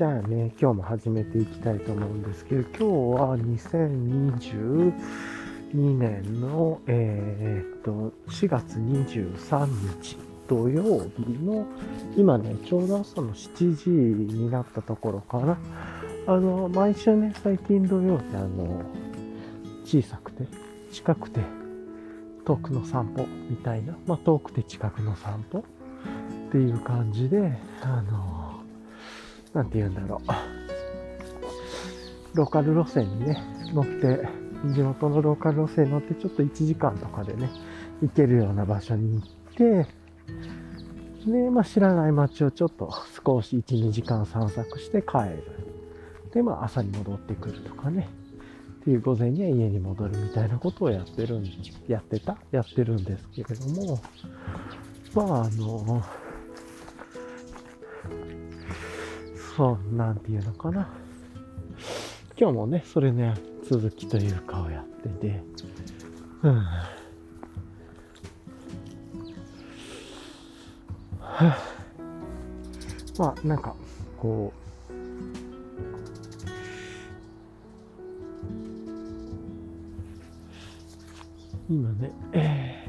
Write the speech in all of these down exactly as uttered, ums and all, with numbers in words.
じゃあね、今日も始めていきたいと思うんですけど、今日はにせんにじゅうにねんの、えーっと、しがつにじゅうさんにち土曜日の、今ね、ちょうど朝のしちじになったところかな。あの、毎週ね、最近土曜日、あの、小さくて、近くて、遠くの散歩みたいな、まあ、遠くて近くの散歩っていう感じで、あの、なんて言うんだろう。ローカル路線にね、乗って、地元のローカル路線に乗って、ちょっといちじかんとかでね、行けるような場所に行って、で、まあ知らない街をちょっと少しいち、にじかん散策して帰る。で、まあ朝に戻ってくるとかね。っていう午前には家に戻るみたいなことをやってるん、やってたやってるんですけれども、まああの、そう、なんていうのかな。今日もね、それね、続きというかをやってて、うん。まあ、なんか、こう、今ね、え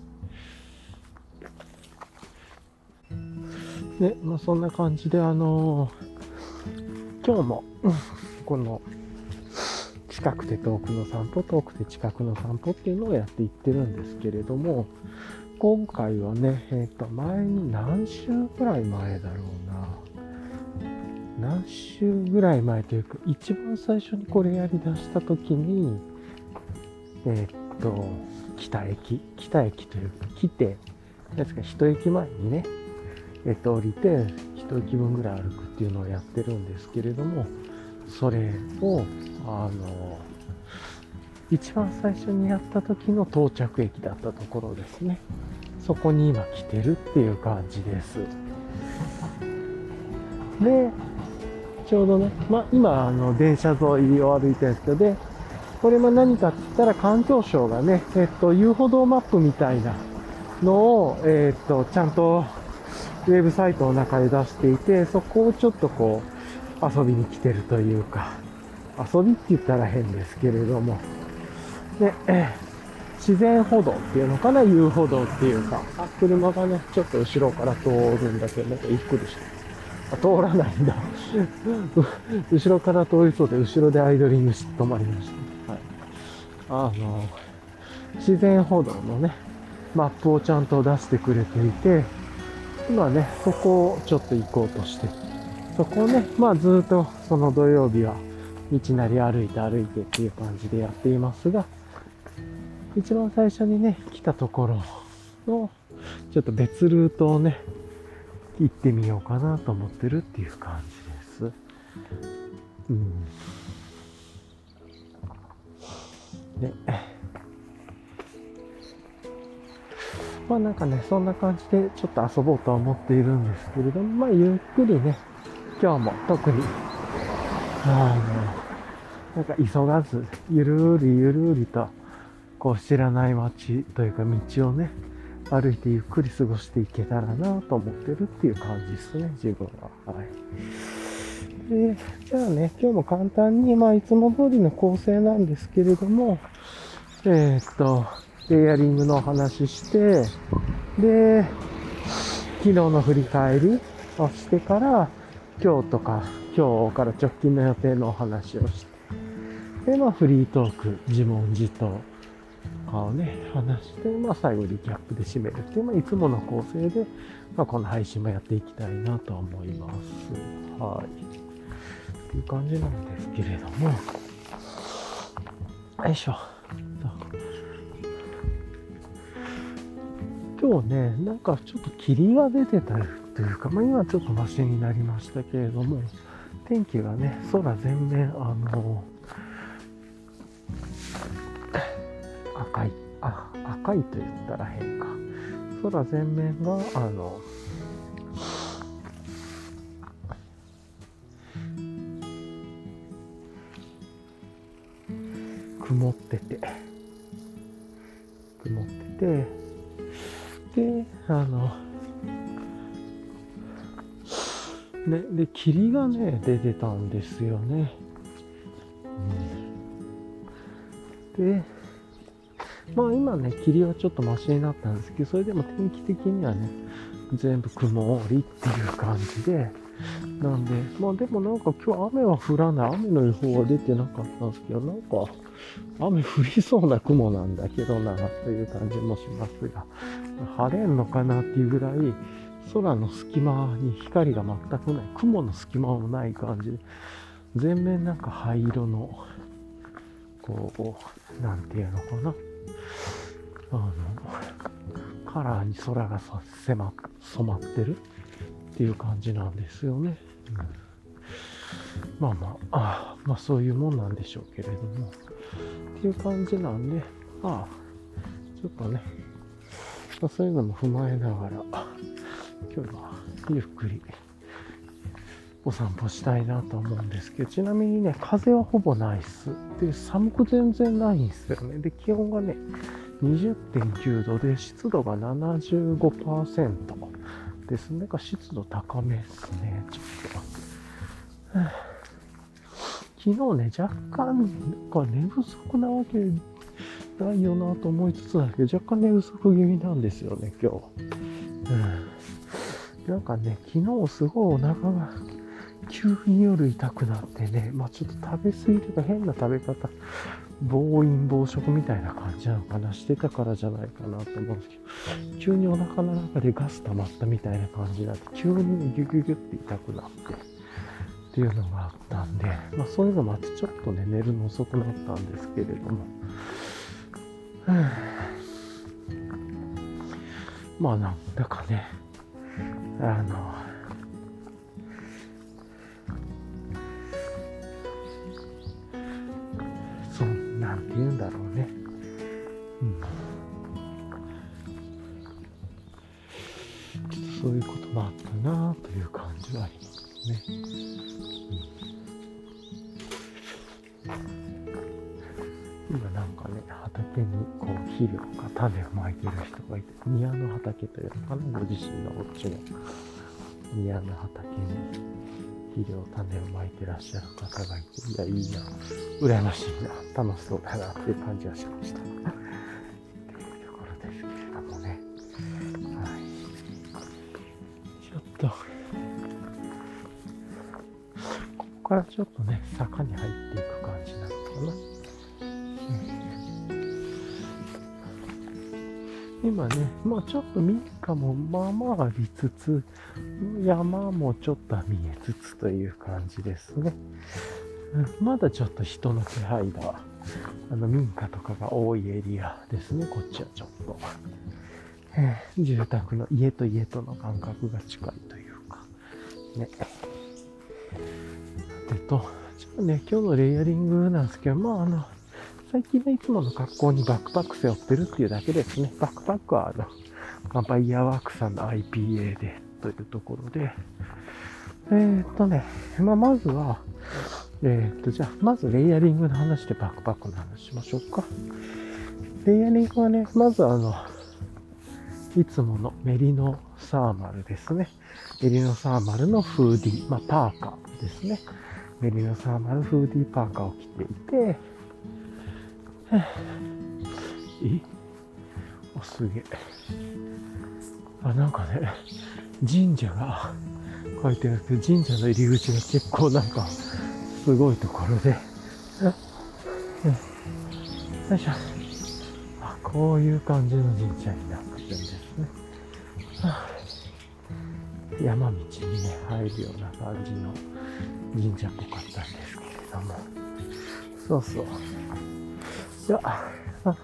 ー、ね、まあそんな感じで、あのー、今日も、この、近くて遠くの散歩、遠くて近くの散歩っていうのをやっていってるんですけれども、今回はね、えっと、前に何週ぐらい前だろうな。何週ぐらい前というか、一番最初にこれやり出した時に、えっと、北駅、北駅というか、来て、ですか、一駅前にね、えっと、降りて、一駅分ぐらい歩くっていうのをやってるんですけれども、それを、あの、一番最初にやった時の到着駅だったところですね。そこに今来てるっていう感じです。で、ちょうどね、まあ今、あの、電車沿いを歩いてるんですけど、で、これも何かって言ったら環境省がね、えっと、遊歩道マップみたいなのを、えっと、ちゃんとウェブサイトの中で出していて、そこをちょっとこう、遊びに来てるというか、遊びって言ったら変ですけれども、で、え自然歩道っていうのかな、遊歩道っていうか、あ、車がね、ちょっと後ろから通るんだけど、なんかゆっくりして、あ、通らないんだ。後ろから通りそうで、後ろでアイドリングして止まりました。はい。あの、自然歩道のね、マップをちゃんと出してくれていて、今ね、そこをちょっと行こうとして、そこをね、まあずっとその土曜日は道なり歩いて歩いてっていう感じでやっていますが、一番最初にね、来たところの、ちょっと別ルートをね、行ってみようかなと思ってるっていう感じです。うん。ね。まあなんかね、そんな感じでちょっと遊ぼうとは思っているんですけれども、まあゆっくりね、今日も特に、あの、なんか急がず、ゆるーりゆるーりと、こう知らない街というか道をね、歩いてゆっくり過ごしていけたらなと思ってるっていう感じですね、自分は。はい。で、じゃあね、今日も簡単に、まあいつも通りの構成なんですけれども、えー、っと、レイヤリングのお話しして、で、昨日の振り返りをしてから、今日とか、今日から直近の予定のお話をして、で、まあフリートーク、自問自答をね、話して、まあ最後リキャップで締めるっていう、まあいつもの構成で、まあこの配信もやっていきたいなと思います。はい。っていう感じなんですけれども、よいしょ。今日ね、なんかちょっと霧が出てたというか、まあ今ちょっとマシになりましたけれども、天気がね、空全面、あの、赤い、あ、赤いと言ったら変か。空全面が、あの、曇ってて、曇ってて、で、あの、 ね、で、霧がね、出てたんですよね。うん、で、まあ今ね、霧はちょっとマシになったんですけど、それでも天気的にはね、全部曇りっていう感じで、なんで、まあでもなんか今日雨は降らない、雨の予報は出てなかったんですけど、なんか雨降りそうな雲なんだけどな、という感じもしますが、晴れんのかなっていうぐらい、空の隙間に光が全くない、雲の隙間もない感じで、全面なんか灰色の、こう、なんていうのかな、あの、カラーに空が染まってるっていう感じなんですよね。うん、まあまあ、あまあそういうもんなんでしょうけれども、っていう感じなんで、まあ、ちょっとね、まあ、そういうのも踏まえながら、今日はゆっくりお散歩したいなと思うんですけど、ちなみにね、風はほぼないっす。で、寒く全然ないんですよね。で、気温がね、にじゅってんきゅうどで、湿度が ななじゅうごパーセント ですね。か湿度高めですね、ちょっと。はあ、昨日ね、若干、寝不足なわけないよなと思いつつだけど、若干寝不足気味なんですよね、今日。うん、なんかね、昨日すごいお腹が急に夜痛くなってね、まあちょっと食べ過ぎとか変な食べ方、暴飲暴食みたいな感じなのかな、してたからじゃないかなと思うんですけど、急にお腹の中でガス溜まったみたいな感じになって、急にギュギュギュって痛くなって、っていうのがあったんで、まあそういうのもあってちょっとね、寝るの遅くなったんですけれども、まあなんだかね、あの、そう、なんて言うんだろうね。うん。ちょっとそういうこともあったなという感じはありますね。うん、今なんかね、畑にこう肥料か種をまいてる人がいて、庭の畑というのかな、ご自身のお家の庭の畑に肥料、種をまいてらっしゃる方がいて、いや、いいな、羨ましいな、楽しそうだなっていう感じがしました。っていうところですけれどもね。はい。ちょっと、ここからちょっとね、坂に入っていく感じなのかな。今ね、まあちょっと民家もまあまあありつつ、山もちょっと見えつつという感じですね。まだちょっと人の気配が、あの民家とかが多いエリアですね、こっちはちょっと。住宅の家と家との間隔が近いというか、ね。でと、ちょっとね、今日のレイヤリングなんですけど、まああの、最近ね、いつもの格好にバックパック背負ってるっていうだけですね。バックパックはあの、ガンパイヤーワークさんの アイピーエー でというところで、えーっとね、まあ、まずは、えーっと、じゃあ、まずレイヤリングの話でバックパックの話しましょうか。レイヤリングはね、まずあの、いつものメリノサーマルですね。メリノサーマルのフーディー、まあ、パーカーですね。メリノサーマルフーディーパーカーを着ていて、えあ、すげえ。あ、なんかね、神社が書いてあるけど、神社の入り口が結構なんか、すごいところで。よいしょ。あ、こういう感じの神社になってるんですね。山道にね、入るような感じの神社っぽかったんですけれども。そうそう。いや、あ、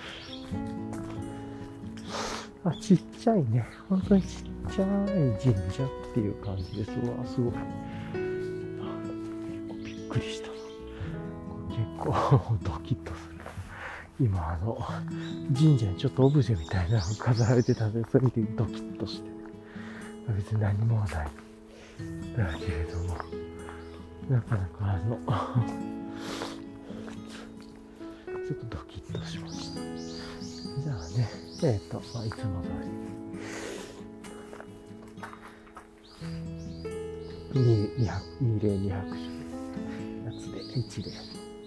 あ、ちっちゃいね。本当にちっちゃい神社っていう感じです。うわ、すごい。びっくりした。結構ドキッとする。今、あの、神社にちょっとオブジェみたいなの飾られてたんで、それ見てドキッとして。別に何もない。だけれども、なかなかあの、ちょっとドキッとしました。じゃあね、えっと、まあ、いつも通り。 にひゃく、にせんにひゃく種やつで、いち例。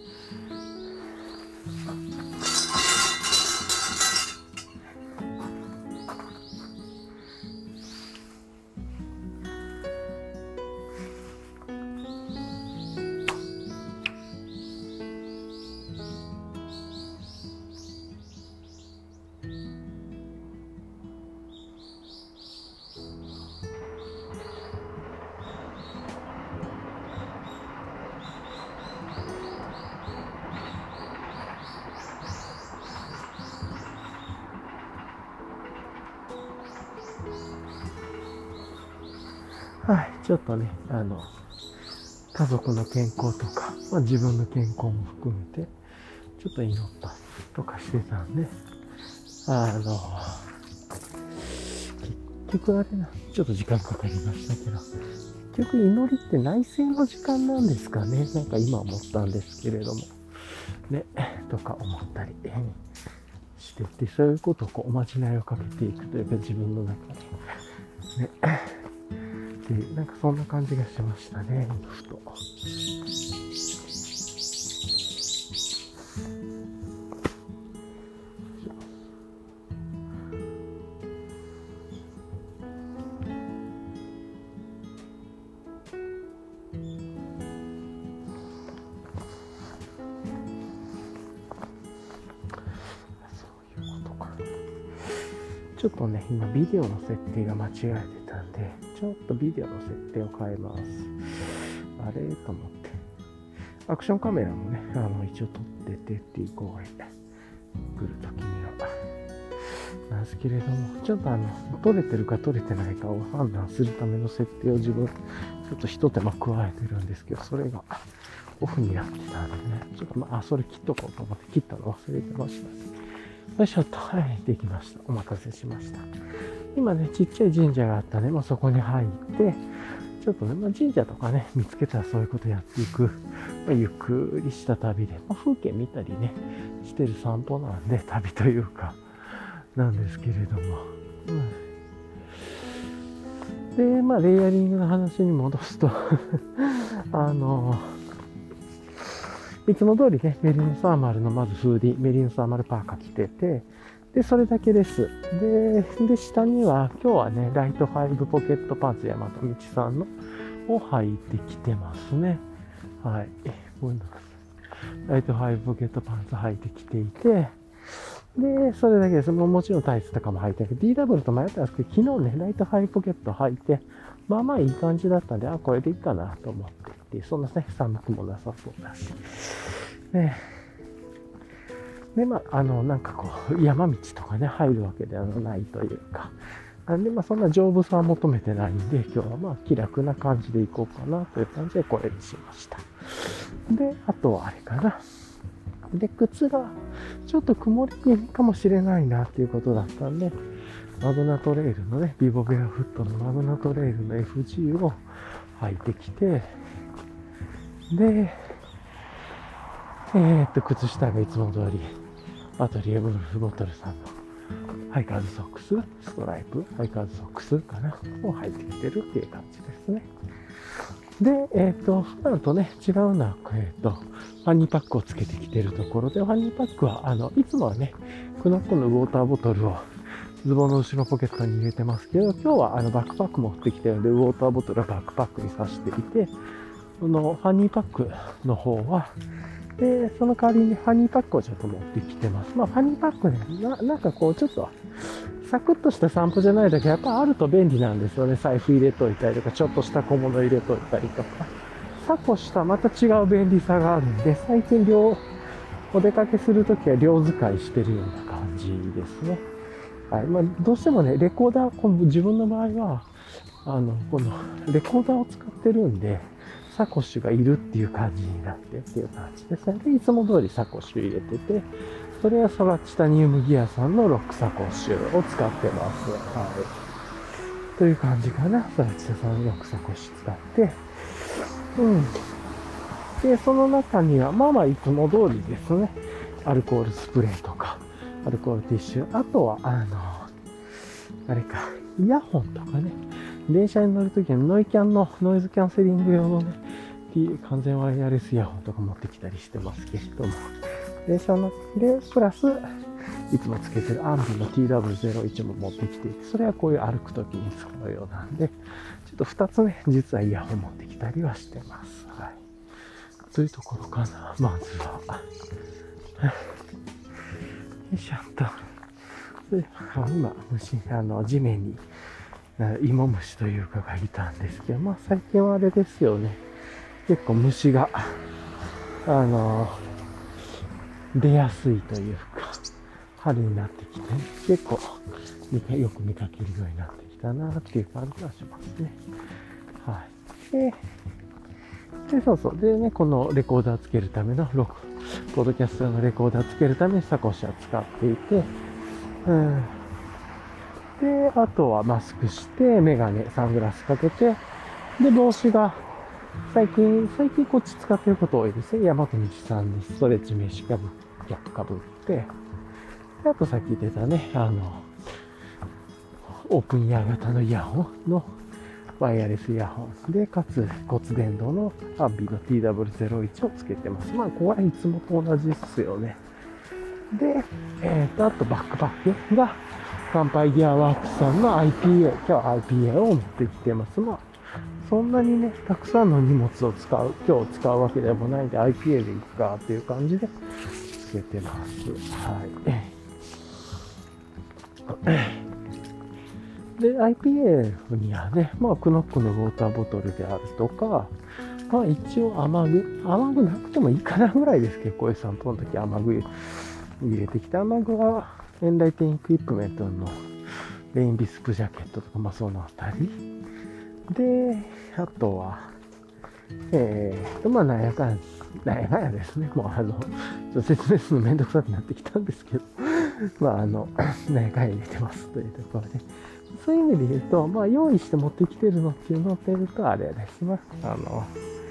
はい、ちょっとね、あの、家族の健康とか、まあ、自分の健康も含めて、ちょっと祈ったりとかしてたんで、あの、結局あれな、ちょっと時間かかりましたけど、結局祈りって内省の時間なんですかね、なんか今思ったんですけれども、ね、とか思ったりしてて、そういうことをこうおまじないをかけていくというか、自分の中で、ね、なんかそんな感じがしましたね、ふと。ちょっとね、今ビデオの設定が間違えてたんで、ちょっとビデオの設定を変えます。あれと思って。アクションカメラもね、あの、一応撮っててっていう声で、来るときには。なんですけれども、ちょっとあの、撮れてるか撮れてないかを判断するための設定を自分、ちょっと一手間加えてるんですけど、それがオフになってたんでね、ちょっとまあ、それ切っとこうと思って切ったの忘れてましたね。よいしょっと、はい、できました。お待たせしました。今ね、ちっちゃい神社があったね、まあ、そこに入って、ちょっとね、まあ、神社とかね、見つけたらそういうことやっていく、まあ、ゆっくりした旅で、まあ、風景見たりね、してる散歩なんで、旅というか、なんですけれども。うん、で、まあ、レイヤリングの話に戻すと、あの、いつも通りね、メリノサーマルのまずフーディー、メリノサーマルパーカー着てて、で、それだけです。で、で、下には、今日はね、ライトファイブポケットパンツ、大和道さんのを履いてきてますね。はい。こういうのライトファイブポケットパンツ履いてきていて、で、それだけです。もうもちろんタイツとかも履いてるけど、ディーダブリュー と迷ったんですけど、昨日ね、ライトファイブポケット履いて、まあまあいい感じだったんで、あ、これでいいかなと思っていて、そんなね、寒くもなさそうだし。ね。で、まあ、あの、なんかこう、山道とかね、入るわけではないというか、なんで、まあ、そんな丈夫さは求めてないんで、今日はまあ、気楽な感じで行こうかなという感じでこれにしました。で、あとはあれかな。で、靴が、ちょっと曇り気味かもしれないなっていうことだったんで、マグナトレイルのね、ビボベアフットのマグナトレイルの エフジー を履いてきて、で、えー、っと、靴下がいつも通り、アトリエウルフボトルさんのハイカーズソックス、ストライプ、ハイカーズソックスかな、を履いてきてるっていう感じですね。で、えっ、ー、と、普段とね、違うのは、えっ、ー、と、ファニーパックをつけてきてるところで、ファニーパックは、あの、いつもはね、クノッコのウォーターボトルをズボンの後ろポケットに入れてますけど、今日はあのバックパック持ってきてるので、ウォーターボトルはバックパックにさしていて、そのファニーパックの方は、で、その代わりにファニーパックをちょっと持ってきてます。まあ、ファニーパックね、な、なんかこう、ちょっと、サクッとした散歩じゃないだけやっぱあると便利なんですよね。財布入れといたりとか、ちょっとした小物入れといたりとか。サコシとはまた違う便利さがあるんで、最近両、お出かけするときは両使いしてるような感じですね。はい。まあ、どうしてもね、レコーダー、この自分の場合は、あの、このレコーダーを使ってるんで、サコッシュがいるっていう感じになってっていう感じですね。で、いつも通りサコッシュ入れてて、それはソラチタニウムギアさんのロックサコッシュを使ってます。はい。という感じかな。ソラチタさんのロックサコッシュ使って。うん。で、その中には、まあまあいつも通りですね。アルコールスプレーとか、アルコールティッシュ。あとは、あの、あれか、イヤホンとかね。 電車に乗るときにノイキャンのノイズキャンセリング用のね、完全ワイヤレスイヤホンとか持ってきたりしてますけれども、電車ので、プラス、いつもつけてるアンビの ティーダブリューゼロいち も持ってきていて、それはこういう歩くときに使うようなんで、ちょっとふたつね、実はイヤホン持ってきたりはしてます。はい。というところかな、まずは。よいしょっと。で今、虫、あの、地面に、芋虫というかがいたんですけど、まあ最近はあれですよね。結構虫が、あの、出やすいというか、春になってきて、ね、結構よく見かけるようになってきたなっていう感じはしますね。はい。で、でそうそう。でね、このレコーダーつけるための、ポッドキャスト用のレコーダーつけるためにサコッシュは使っていて、うん、で、あとはマスクして、メガネ、サングラスかけて、で、帽子が、最近、最近こっち使ってること多いですね。山国さんにストレッチ名刺かぶ、キャップかぶって、であとさっき出たね、あの、オープンイヤー型のイヤホンのワイヤレスイヤホンで、かつ骨伝導のアンビの ティーダブリューゼロいち をつけてます。まあ、これはいつもと同じですよね。で、えっと、あとバックパックが、乾杯ギアワークスさんの アイピーエー、今日は アイピーエー を持ってきてます。まあ、そんなにね、たくさんの荷物を使う、今日使うわけでもないんで アイピーエー でいくかっていう感じでつけてます。はい。で、アイピーエー にはね、まあ、クノックのウォーターボトルであるとか、まあ一応雨具、雨具なくてもいいかなぐらいですけど、こういう散歩の時雨具入れてきて、雨具はエンライテンエクイプメントのレインビスプジャケットとか、まあそのあたり。で、あとは、えーと、まあなんやかんや、なんやかんやですね。もうあの、ちょっと説明するのめんどくさくなってきたんですけど、まああの、なんやかんや入れてますというところで。そういう意味で言うと、まあ用意して持ってきてるのっていうのを見るとあれですね。あの、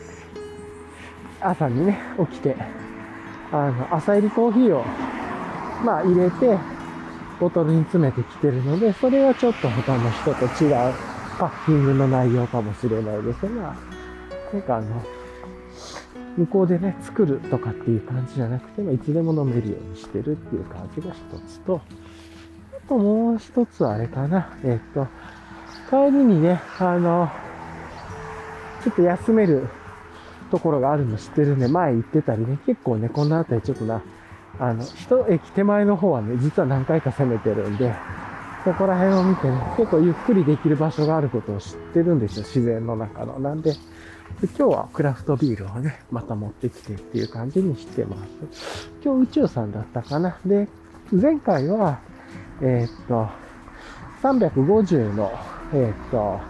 朝にね、起きて、あの、朝入りコーヒーを、まあ入れて、ボトルに詰めてきてるので、それはちょっと他の人と違うパッキングの内容かもしれないですが、なんかあの、向こうでね、作るとかっていう感じじゃなくても、いつでも飲めるようにしてるっていう感じが一つと、あともう一つあれかな、えっと、帰りにね、あの、ちょっと休めるところがあるの知ってるんで、前行ってたりね、結構ね、この辺りちょっとな、あの、一駅手前の方はね、実は何回か攻めてるんで、そこら辺を見てね、結構ゆっくりできる場所があることを知ってるんですよ、自然の中の。なんで、で今日はクラフトビールをね、また持ってきてっていう感じにしてます。今日宇宙さんだったかな。で、前回は、えー、っと、さんびゃくごじゅうの、えー、っと、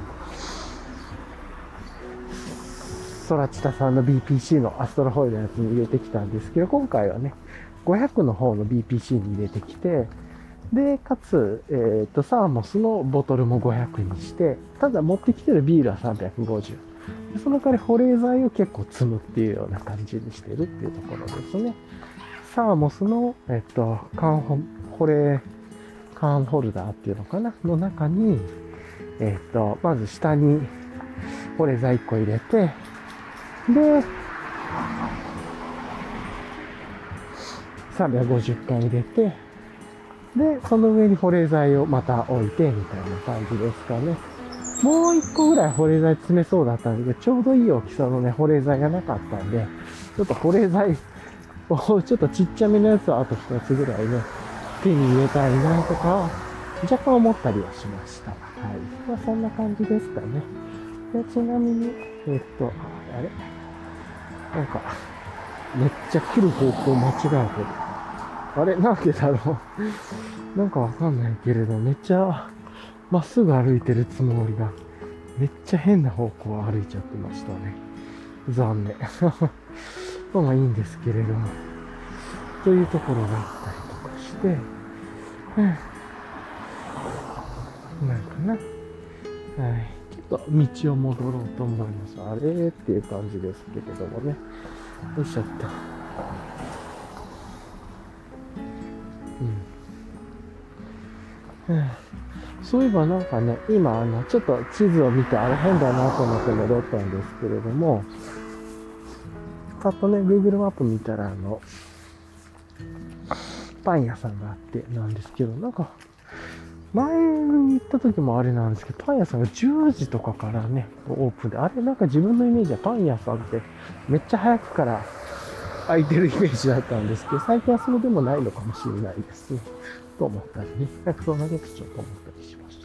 ソラチタさんの ビーピーシー のアストロホイルのやつに入れてきたんですけど、今回はね、ごひゃくの方の ビーピーシー に入れてきて、で、かつ、えっと、サーモスのボトルもごひゃくにして、ただ持ってきてるビールはさんびゃくごじゅう。でその代わり保冷剤を結構積むっていうような感じにしてるっていうところですね。サーモスの、えっと、缶保、保冷、缶ホルダーっていうのかなの中に、えっと、まず下に保冷剤いっこ入れて、で、さんびゃくごじゅっかい入れて、で、その上に保冷剤をまた置いて、みたいな感じですかね。もう一個ぐらい保冷剤詰めそうだったんですけど、ちょうどいい大きさのね、保冷剤がなかったんで、ちょっと保冷剤を、ちょっとちっちゃめのやつをあとふたつぐらいね、手に入れたいなとか、若干思ったりはしました。はい。まあそんな感じですかね。でちなみに、えっと、あれなんか、めっちゃ来る方向間違えてる。あれなんでだろうなんかわかんないけれど、めっちゃまっすぐ歩いてるつもりが、めっちゃ変な方向を歩いちゃってましたね。残念。まあまあいいんですけれども。というところがあったりとかして、うん、なんかな。はい。ちょっと道を戻ろうと思います。あれっていう感じですけれどもね。よいしょっと。うん。うん、 そういえばなんかね、今あの、ちょっと地図を見てあれ変だなと思って戻ったんですけれども、パッとね、Google マップ見たらあの、パン屋さんがあってなんですけど、なんか、前に行った時もあれなんですけど、パン屋さんがじゅうじとかからね、オープンで、あれなんか自分のイメージはパン屋さんってめっちゃ早くから空いてるイメージだったんですけど、最近はそうでもないのかもしれないですね。と思ったりね。なんかそんなことちょっと思ったりしました。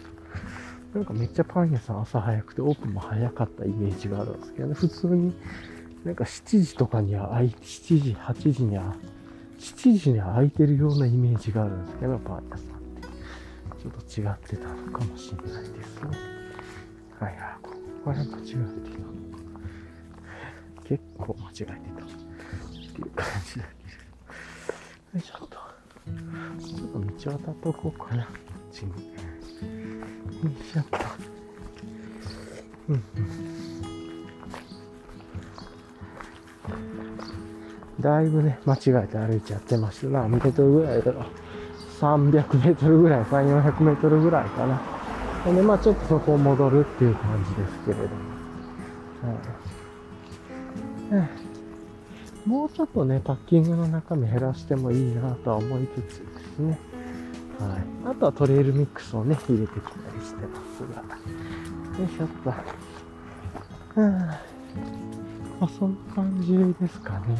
なんかめっちゃパン屋さん朝早くてオープンも早かったイメージがあるんですけどね、普通になんかしちじとかには開いて、しちじ、はちじには、しちじには開いてるようなイメージがあるんですけど、パン屋さん。ちょっと違ってたのかもしれないですね。はいはい。ここはなんか違うっていうの。結構間違えてた。っていう感じだけど。よいしょっと。ちょっと道渡っとこうかな。こっちに。よいしょっと。うんうん。だいぶね、間違えて歩いちゃってました。何メートルぐらいだろう。さんびゃくメートルぐらい、さん、よんひゃくメートルぐらいかな。で、まあちょっとそこを戻るっていう感じですけれども。はい、もうちょっとね、パッキングの中身減らしてもいいなとは思いつつですね。はい。あとはトレイルミックスをね、入れてきたりしてますが。よいしょっと。はぁ、まあ、そんな感じですかね。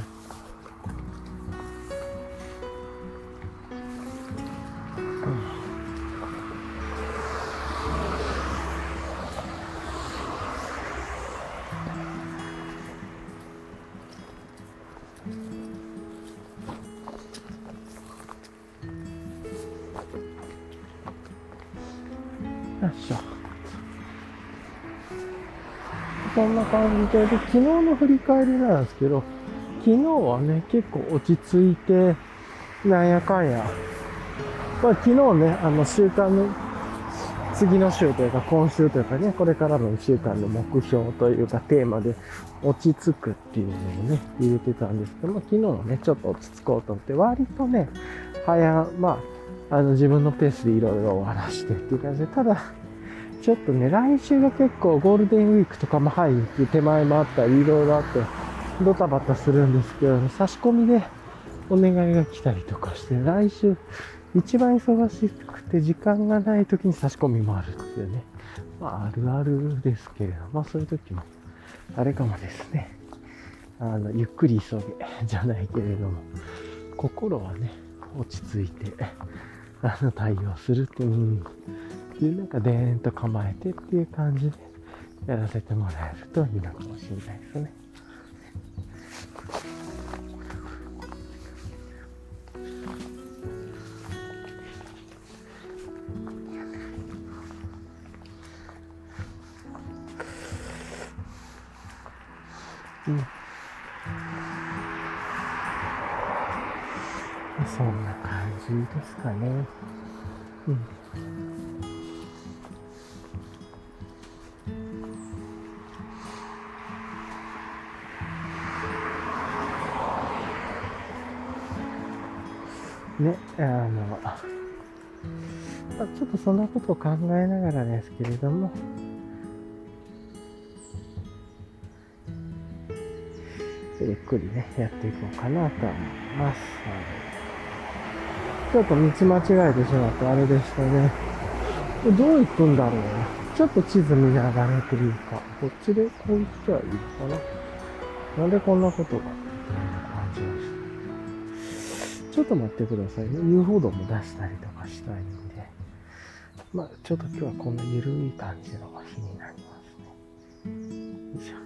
よいしょ。そんな感じで、で、昨日の振り返りなんですけど、昨日はね、結構落ち着いて、なんやかんや。まあ昨日ね、あの週間の、次の週というか今週というかね、これからのいっしゅうかんの目標というかテーマで落ち着くっていうのをね、入れてたんですけど、まあ昨日はね、ちょっと落ち着こうと思って、割とね、早、まあ、あの自分のペースでいろいろ終わらしてっていう感じで、ただ、ちょっとね、来週が結構ゴールデンウィークとかも入って手前もあったり、いろいろあって、ドタバタするんですけど、ね、差し込みでお願いが来たりとかして、来週一番忙しくて時間がない時に差し込みもあるっていうね。まあ、あるあるですけれど、まあそういう時も、あれかもですね。あの、ゆっくり急げじゃないけれども、心はね、落ち着いて、あの、対応するっていう、っていうなんかでーんと構えてっていう感じでやらせてもらえるといいのかもしれないですね。うん。そんな感じですかね。うん。ね、あの、まあ、ちょっとそんなことを考えながらですけれども、ゆっくりね、やっていこうかなと思います。ちょっと道間違えてしまってあれでしたね。どう行くんだろうな。ちょっと地図見ながらというか、こっちでこう行ったらいいのかな。なんでこんなことがみたいな感じがした。ちょっと待ってくださいね。遊歩道も出したりとかしたいんで。まあ、ちょっと今日はこんな緩い感じの日になりますね。よいしょ。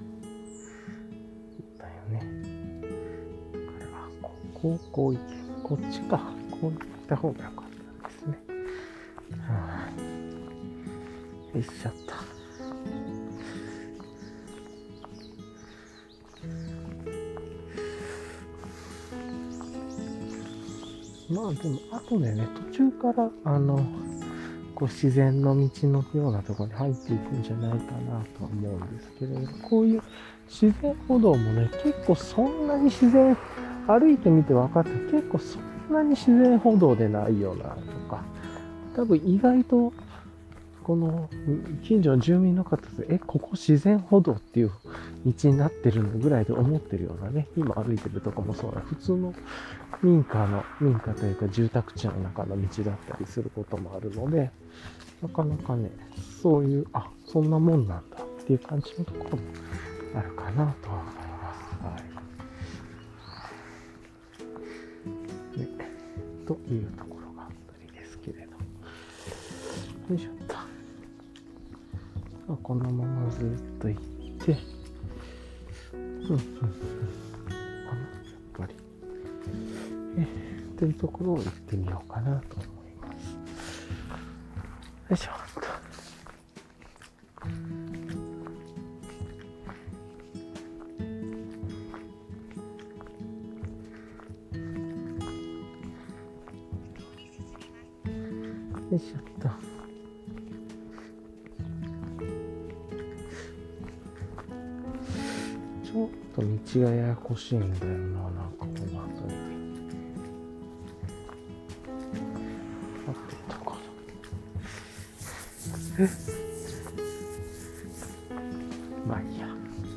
だよね。これは、こう、こう行け。こっちか。こう行った方がよかったですね。はい。よいしょっと。まあでも、あとでね、途中から、あの、こう自然の道のようなところに入っていくんじゃないかなとは思うんですけれど、こういう自然歩道もね、結構そんなに自然、歩いてみて分かった。結構そんなに自然歩道でないよなとか、多分意外とこの近所の住民の方で、え、ここ自然歩道っていう道になってるのぐらいで思ってるようなね、今歩いてるとこもそうな、普通の民家の、民家というか住宅地の中の道だったりすることもあるので、なかなかね、そういう、あ、そんなもんなんだっていう感じのところもあるかなとは思います。はい。ね、というところがあったりですけれど。よいしょっと。まあ、このままずっと行って、うんうんうん。あの、やっぱり、え、というところを行ってみようかなと思います。よいしょっと。よいしょっと。ちょっと道がややこしいんだよな、なんかこの辺り。あとところ。まあいいや。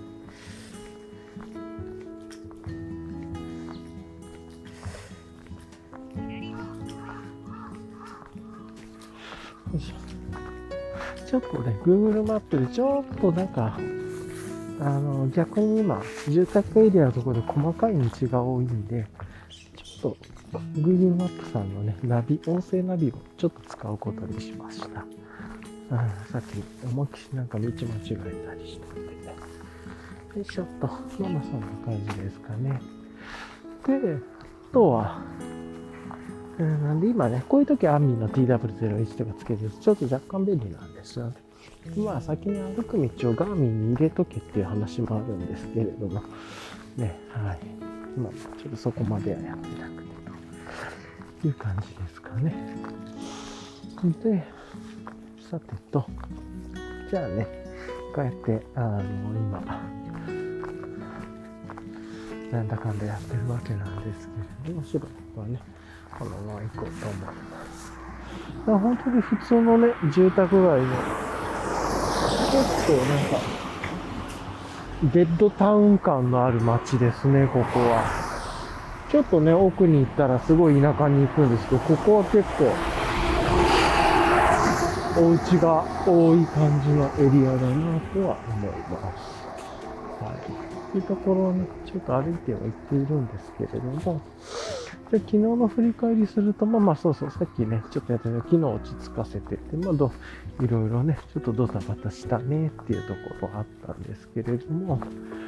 よいしょ。ちょっとね、Google マップでちょっとなんか、あの、逆に今、住宅エリアのところで細かい道が多いんで、ちょっと Google マップさんのね、ナビ、音声ナビをちょっと使うことにしました。うん、さっき思いっきりなんか道間違えたりしたんで、ね。よいしょっと。まあまあそんな感じですかね。で、あとは、うん、なんで今ね、こういう時はアンミの ティーダブリューゼロいち とかつけてるとちょっと若干便利なんですよね。まあ先に歩く道をガーミンに入れとけっていう話もあるんですけれども、ね、はい。まあちょっとそこまではやってなくてという感じですかね。で、さてと、じゃあね、こうやって、あの、今、なんだかんだやってるわけなんですけれども、しばらくはね、このまま行こうと思います。だから本当に普通のね、住宅街の、結構なんか、ベッドタウン感のある街ですね、ここは。ちょっとね、奥に行ったらすごい田舎に行くんですけど、ここは結構、お家が多い感じのエリアだなとは思います。はい。というところをね、ちょっと歩いては行っているんですけれども、で昨日の振り返りすると、まあまあそうそう、さっきね、ちょっとやってた昨日落ち着かせてて、まあど、いろいろね、ちょっとドタバタしたねっていうところがあったんですけれども、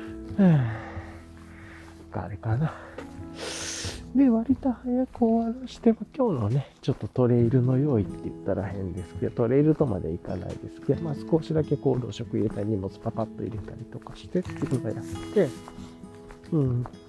あれかな。で、割と早く終わらしても、今日のね、ちょっとトレイルの用意って言ったら変ですけど、トレイルとまでいかないですけど、まあ少しだけ行動食入れたり、荷物パパッと入れたりとかしてっていうのをやって、うん。で、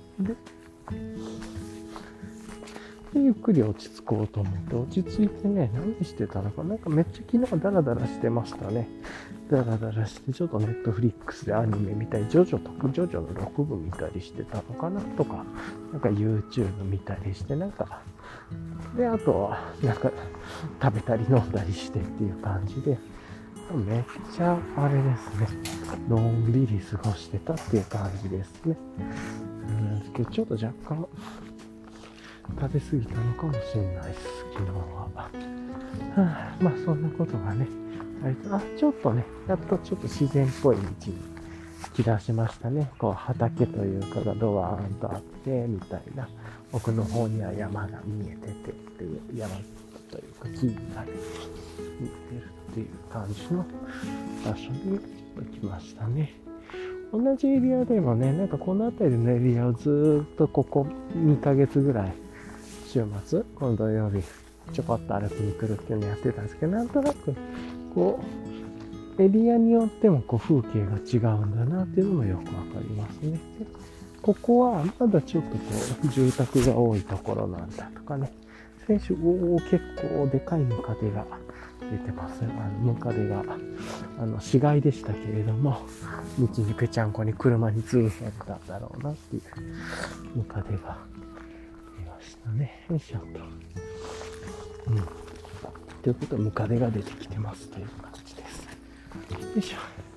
でゆっくり落ち着こうと思って、落ち着いてね、何してたのか、なんかめっちゃ昨日ダラダラしてましたね。ダラダラして、ちょっとネットフリックスでアニメ見たり、ジョジョとか、ジョジョのろくぶ見たりしてたのかなとか、なんか YouTube 見たりして、なんか、で、あとは、なんか、食べたり飲んだりしてっていう感じで、めっちゃ、あれですね、のんびり過ごしてたっていう感じですね。なんですけど、ちょっと若干、食べ過ぎたのかもしれないです、昨日は。はあ、まあ、そんなことがね、あ、ちょっとね、やっとちょっと自然っぽい道に来だしましたね。こう畑というかがドワーンとあって、みたいな。奥の方には山が見えててっていう、山というか木がね、見えてるっていう感じの場所に来ましたね。同じエリアでもね、なんかこの辺りのエリアをずーっとここにかげつぐらい、週末、今度土曜日、ちょこっと歩きに来るっていうのをやってたんですけど、なんとなく、こう、エリアによってもこう風景が違うんだなっていうのもよくわかりますね。ここはまだちょっとこう、住宅が多いところなんだとかね。先週、おお、結構でかいムカデが出てますね。あの、ムカデが、あの、死骸でしたけれども、道にぺちゃんこに車に潰されたんだろうなっていうムカデがいましたね。よいしょと。うん。 ということでムカデが出てきてますという感じです。よいし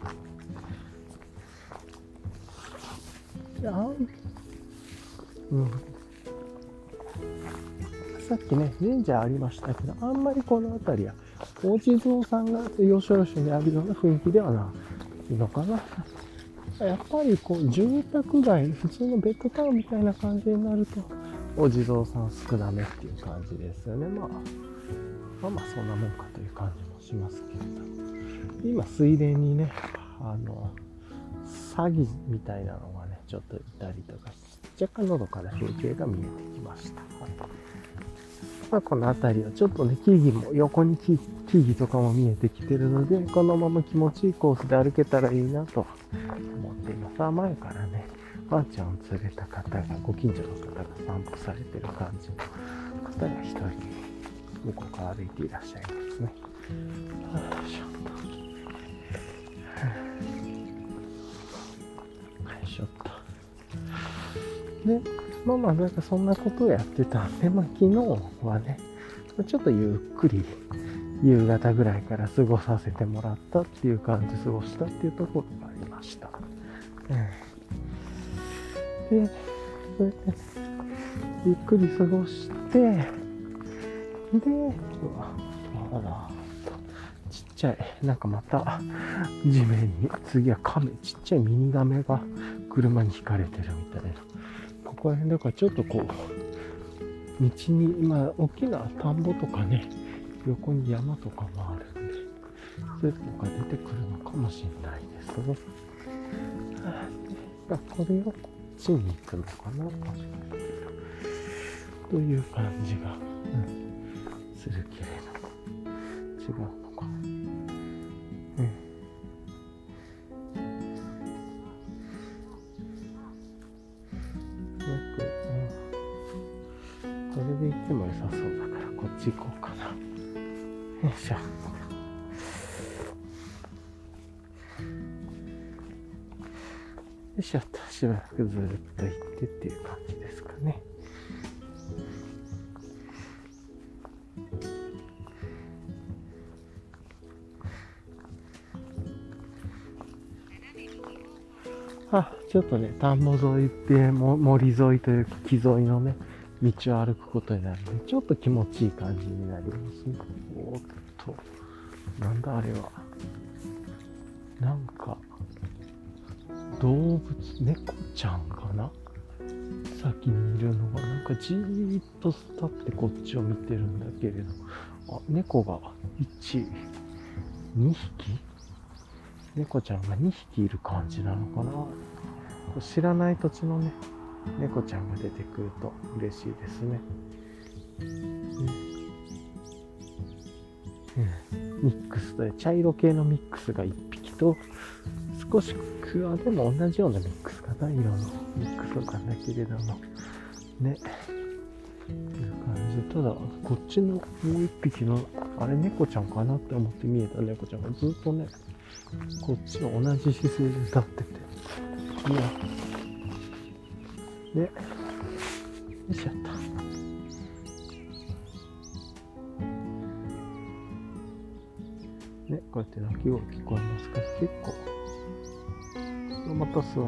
ょ。あうん、さっきね神社ありましたけど、あんまりこの辺りはお地蔵さんが要所要所にあるような雰囲気ではないのかな。やっぱりこう住宅街、普通のベッドタウンみたいな感じになるとお地蔵さん少なめっていう感じですよね。まあまあまあそんなもんかという感じもしますけれど、今水田にねあのサギみたいなのがねちょっといたりとか、若干のどかな風景が見えてきました。はい、まあ、この辺りはちょっとね木々も横に 木, 木々とかも見えてきてるので、このまま気持ちいいコースで歩けたらいいなと思っています。前からねワンちゃんを連れた方が、ご近所の方が散歩されてる感じの方が一人向こうから歩いていらっしゃいますね。よいしょっと。よいしょっと。で、まあまあなんかそんなことをやってたんで、まあ昨日はね、ちょっとゆっくり夕方ぐらいから過ごさせてもらったっていう感じ、過ごしたっていうところがありました。うん、で、それで、ゆっくり過ごして、で、うわ、あら、ちっちゃい、なんかまた地面に、次は亀、ちっちゃいミニガメが車にひかれてるみたいな。ここら辺だからちょっとこう、道に、まあ、大きな田んぼとかね、横に山とかもあるんで、そういうとこが出てくるのかもしれないです。あ、これをこっちに行くのかな、という感じが、うん、するけれど、違うのか。うん。これで行っても良さそうだからこっち行こうかな。よいしょ。よいしょっと、しばらくずっと行ってっていう感じですかね。あ、ちょっとね、田んぼ沿いっても森沿いというか木沿いのね道を歩くことになるので、ちょっと気持ちいい感じになりますね。おーっと、なんだあれは。なんか、動物、猫ちゃんかな？先にいるのが、なんかじーっと立ってこっちを見てるんだけれど、あ、猫がいち、にひき？猫ちゃんがにひきいる感じなのかな？知らない土地のね、猫ちゃんが出てくると嬉しいですね。うん、ミックスで茶色系のミックスがいっぴきと、少しクワでも同じようなミックスかな、色のミックスなんだけれどもね、という感じで、ただこっちのもういっぴきのあれ猫ちゃんかなって思って見えた猫ちゃんがずっとねこっちの同じ姿勢で立ってて、いやで、よいしょっと。ね、こうやって鳴き声聞こえますから、結構、また座った。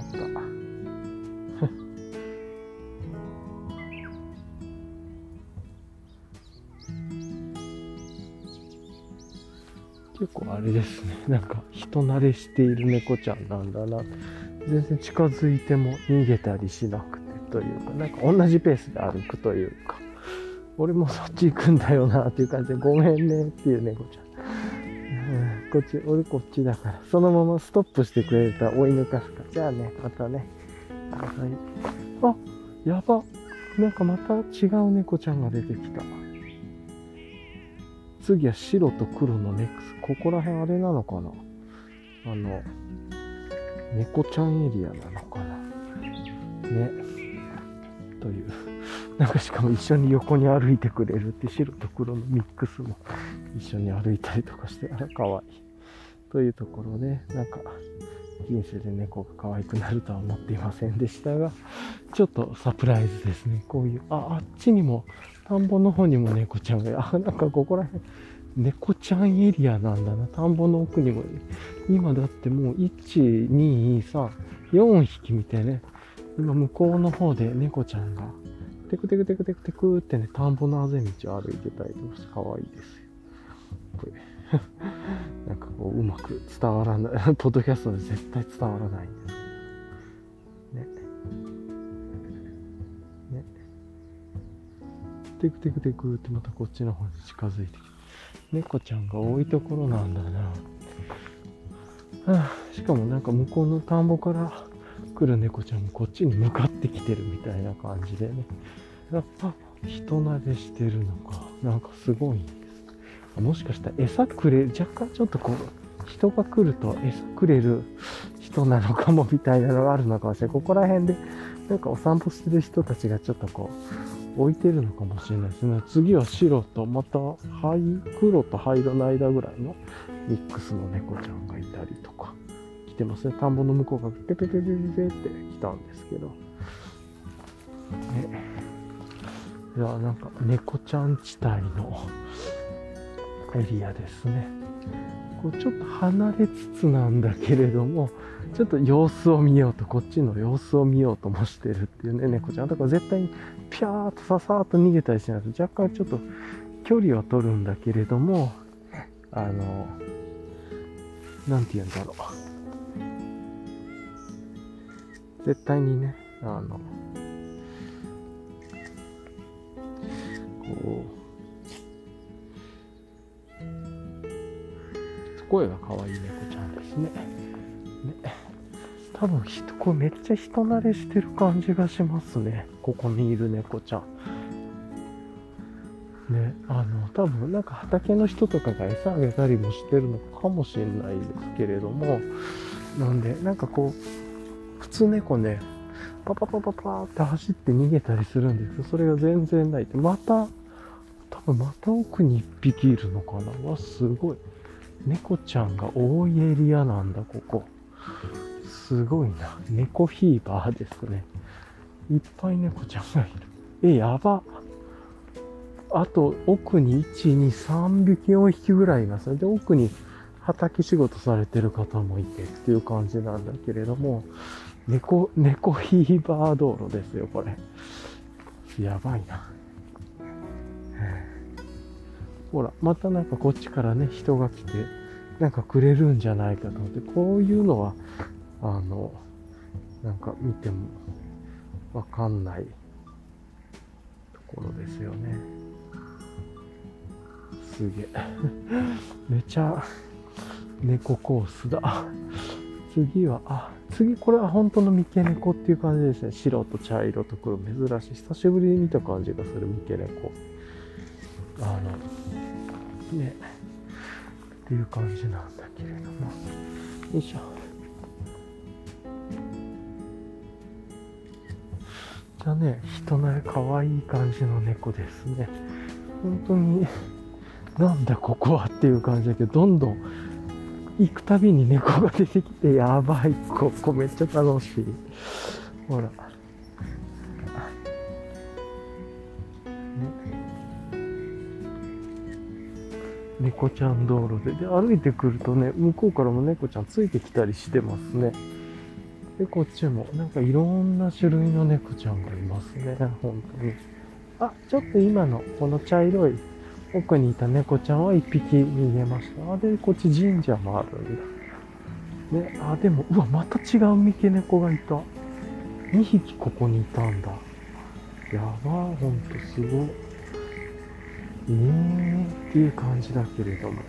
結構あれですね、なんか人慣れしている猫ちゃんなんだな。全然近づいても逃げたりしなくてというか、なんか同じペースで歩くというか、俺もそっち行くんだよなっていう感じで、ごめんねっていう猫ちゃん。うん、こっち、俺こっちだから、そのままストップしてくれたら追い抜かすか。じゃあね、またね。はい、あ、やば。なんかまた違う猫ちゃんが出てきた。次は白と黒のネックス。ここら辺あれなのかな、あの、猫ちゃんエリアなのかなね。という。なんかしかも一緒に横に歩いてくれるって、白と黒のミックスも一緒に歩いたりとかして、あら、かわいい。というところで、なんか、人生で猫が可愛くなるとは思っていませんでしたが、ちょっとサプライズですね。こういう、あ、あっちにも田んぼの方にも猫ちゃんが、あ、なんかここら辺、猫ちゃんエリアなんだな。田んぼの奥にも、今だってもういち、に、さん、よんひき見てね、今向こうの方で猫ちゃんが、テクテクテクテクテクってね、田んぼのあぜ道を歩いてたりとかして可愛いですよ。これなんかこう、うまく伝わらない、ポッドキャストで絶対伝わらないんですね。ね。テクテクテクってまたこっちの方に近づいてきて。猫ちゃんが多いところなんだな。はあ、しかもなんか向こうの田んぼから来る猫ちゃんもこっちに向かってきてるみたいな感じでね。やっぱ人慣れしてるのか。なんかすごいんです。もしかしたら餌くれる、若干ちょっとこう、人が来ると餌くれる人なのかもみたいなのがあるのかもしれない。ここら辺でなんかお散歩してる人たちがちょっとこう、置いてるのかもしれないですね。次は白とまた灰、黒と灰色の間ぐらいのミックスの猫ちゃんがいたりとか来てますね。田んぼの向こうがペペペペペペって来たんですけど。ね。いや、なんか猫ちゃん地帯のエリアですね。こうちょっと離れつつなんだけれども、ちょっと様子を見ようと、こっちの様子を見ようともしてるっていうね、猫ちゃん。だから絶対にピャーっとささーっと逃げたりしないと、若干ちょっと距離は取るんだけれども、あの、なんて言うんだろう。絶対にね、あの、こう、声が可愛い猫ちゃんですね。ね。多分人、これめっちゃ人慣れしてる感じがしますね。ここにいる猫ちゃん。ね、あの、多分なんか畑の人とかが餌あげたりもしてるのかもしれないですけれども、なんで、なんかこう、普通猫ね、パパパパパーって走って逃げたりするんですけど、それが全然ないって、また、多分また奥に一匹いるのかな。わ、すごい。猫ちゃんが多いエリアなんだ、ここ。すごいな。猫フィーバーですね。いっぱい猫ちゃんがいる。え、やば。あと、奥にいち、に、さんびき、よんひきぐらいいます。で、奥に畑仕事されてる方もいてっていう感じなんだけれども、猫、猫フィーバー道路ですよ、これ。やばいな。ほら、またなんかこっちからね、人が来て、なんかくれるんじゃないかと思って、こういうのは、あの、なんか見てもわかんないところですよね。すげえ。めちゃ猫コースだ。次は、あ、次これは本当の三毛猫っていう感じですね。白と茶色と黒、珍しい。久しぶりに見た感じがする三毛猫。あの、ね、っていう感じなんだけれども。よいしょ。じゃあね、人なれ可愛い感じの猫ですね。本当に、なんだここはっていう感じだけど、どんどん行くたびに猫が出てきて、やばい、ここめっちゃ楽しい。ほら。猫ちゃん道路で。で、歩いてくるとね、向こうからも猫ちゃんついてきたりしてますね。で、こっちも、なんかいろんな種類の猫ちゃんがいますね、本当に。あ、ちょっと今の、この茶色い、奥にいた猫ちゃんは一匹逃げました。あ、で、こっち神社もあるんだ。ね、あ、でも、うわ、また違う三毛猫がいた。にひきここにいたんだ。やばー、ほんとすごい。えーっていう感じだけれども。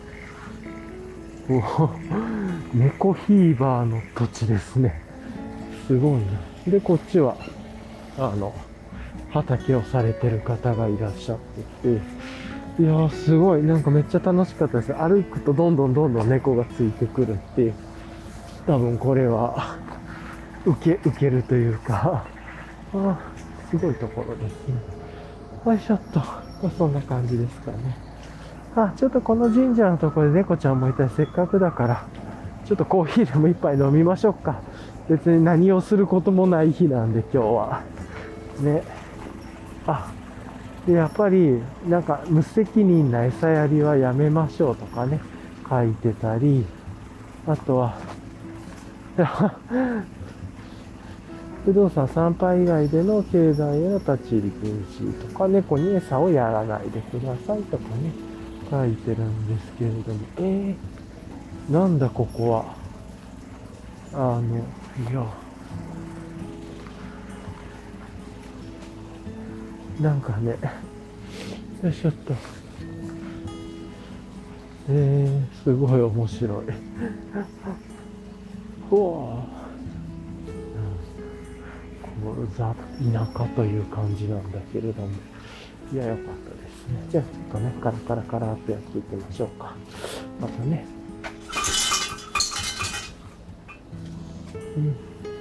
お猫フィーバーの土地ですね。すごいな。で、こっちは、あの、畑をされてる方がいらっしゃっていて、いやーすごい、なんかめっちゃ楽しかったです。歩くとどんどんどんどん猫がついてくるっていう。多分これは、受け、受けるというか、あすごいところですね。よいしょっと。そんな感じですかね。あ、ちょっとこの神社のところで猫ちゃんもいたり、せっかくだから、ちょっとコーヒーでも一杯飲みましょうか。別に何をすることもない日なんで今日は。ね。あ、 で、やっぱり、なんか、無責任な餌やりはやめましょうとかね、書いてたり、あとは、不動産参拝以外での経済への立ち入り禁止とか、猫に餌をやらないでくださいとかね、書いてるんですけれども、えー、なんだここは。あの、いや、なんかね、よいしょっと。えー、すごい面白い。ほわこうザ・田舎という感じなんだけれども。いや、よかったですね。じゃあ、ちょっとね、カラカラカラっとやっていきましょうか。またね。うん。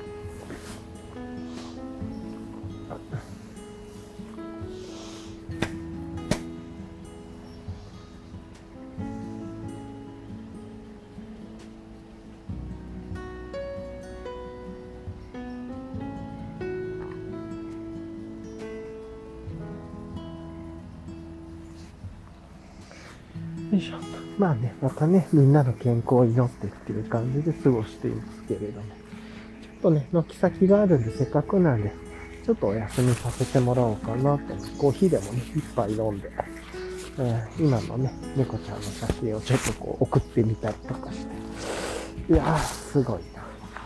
よいしょ。まあね、またね、みんなの健康を祈ってっていう感じで過ごしていますけれども。ちょっとね、軒先があるんで、せっかくなんで、ちょっとお休みさせてもらおうかなと。コーヒーでもね、一杯飲んで、えー、今のね、猫ちゃんの写真をちょっとこう送ってみたりとかして。いやー、すごいな。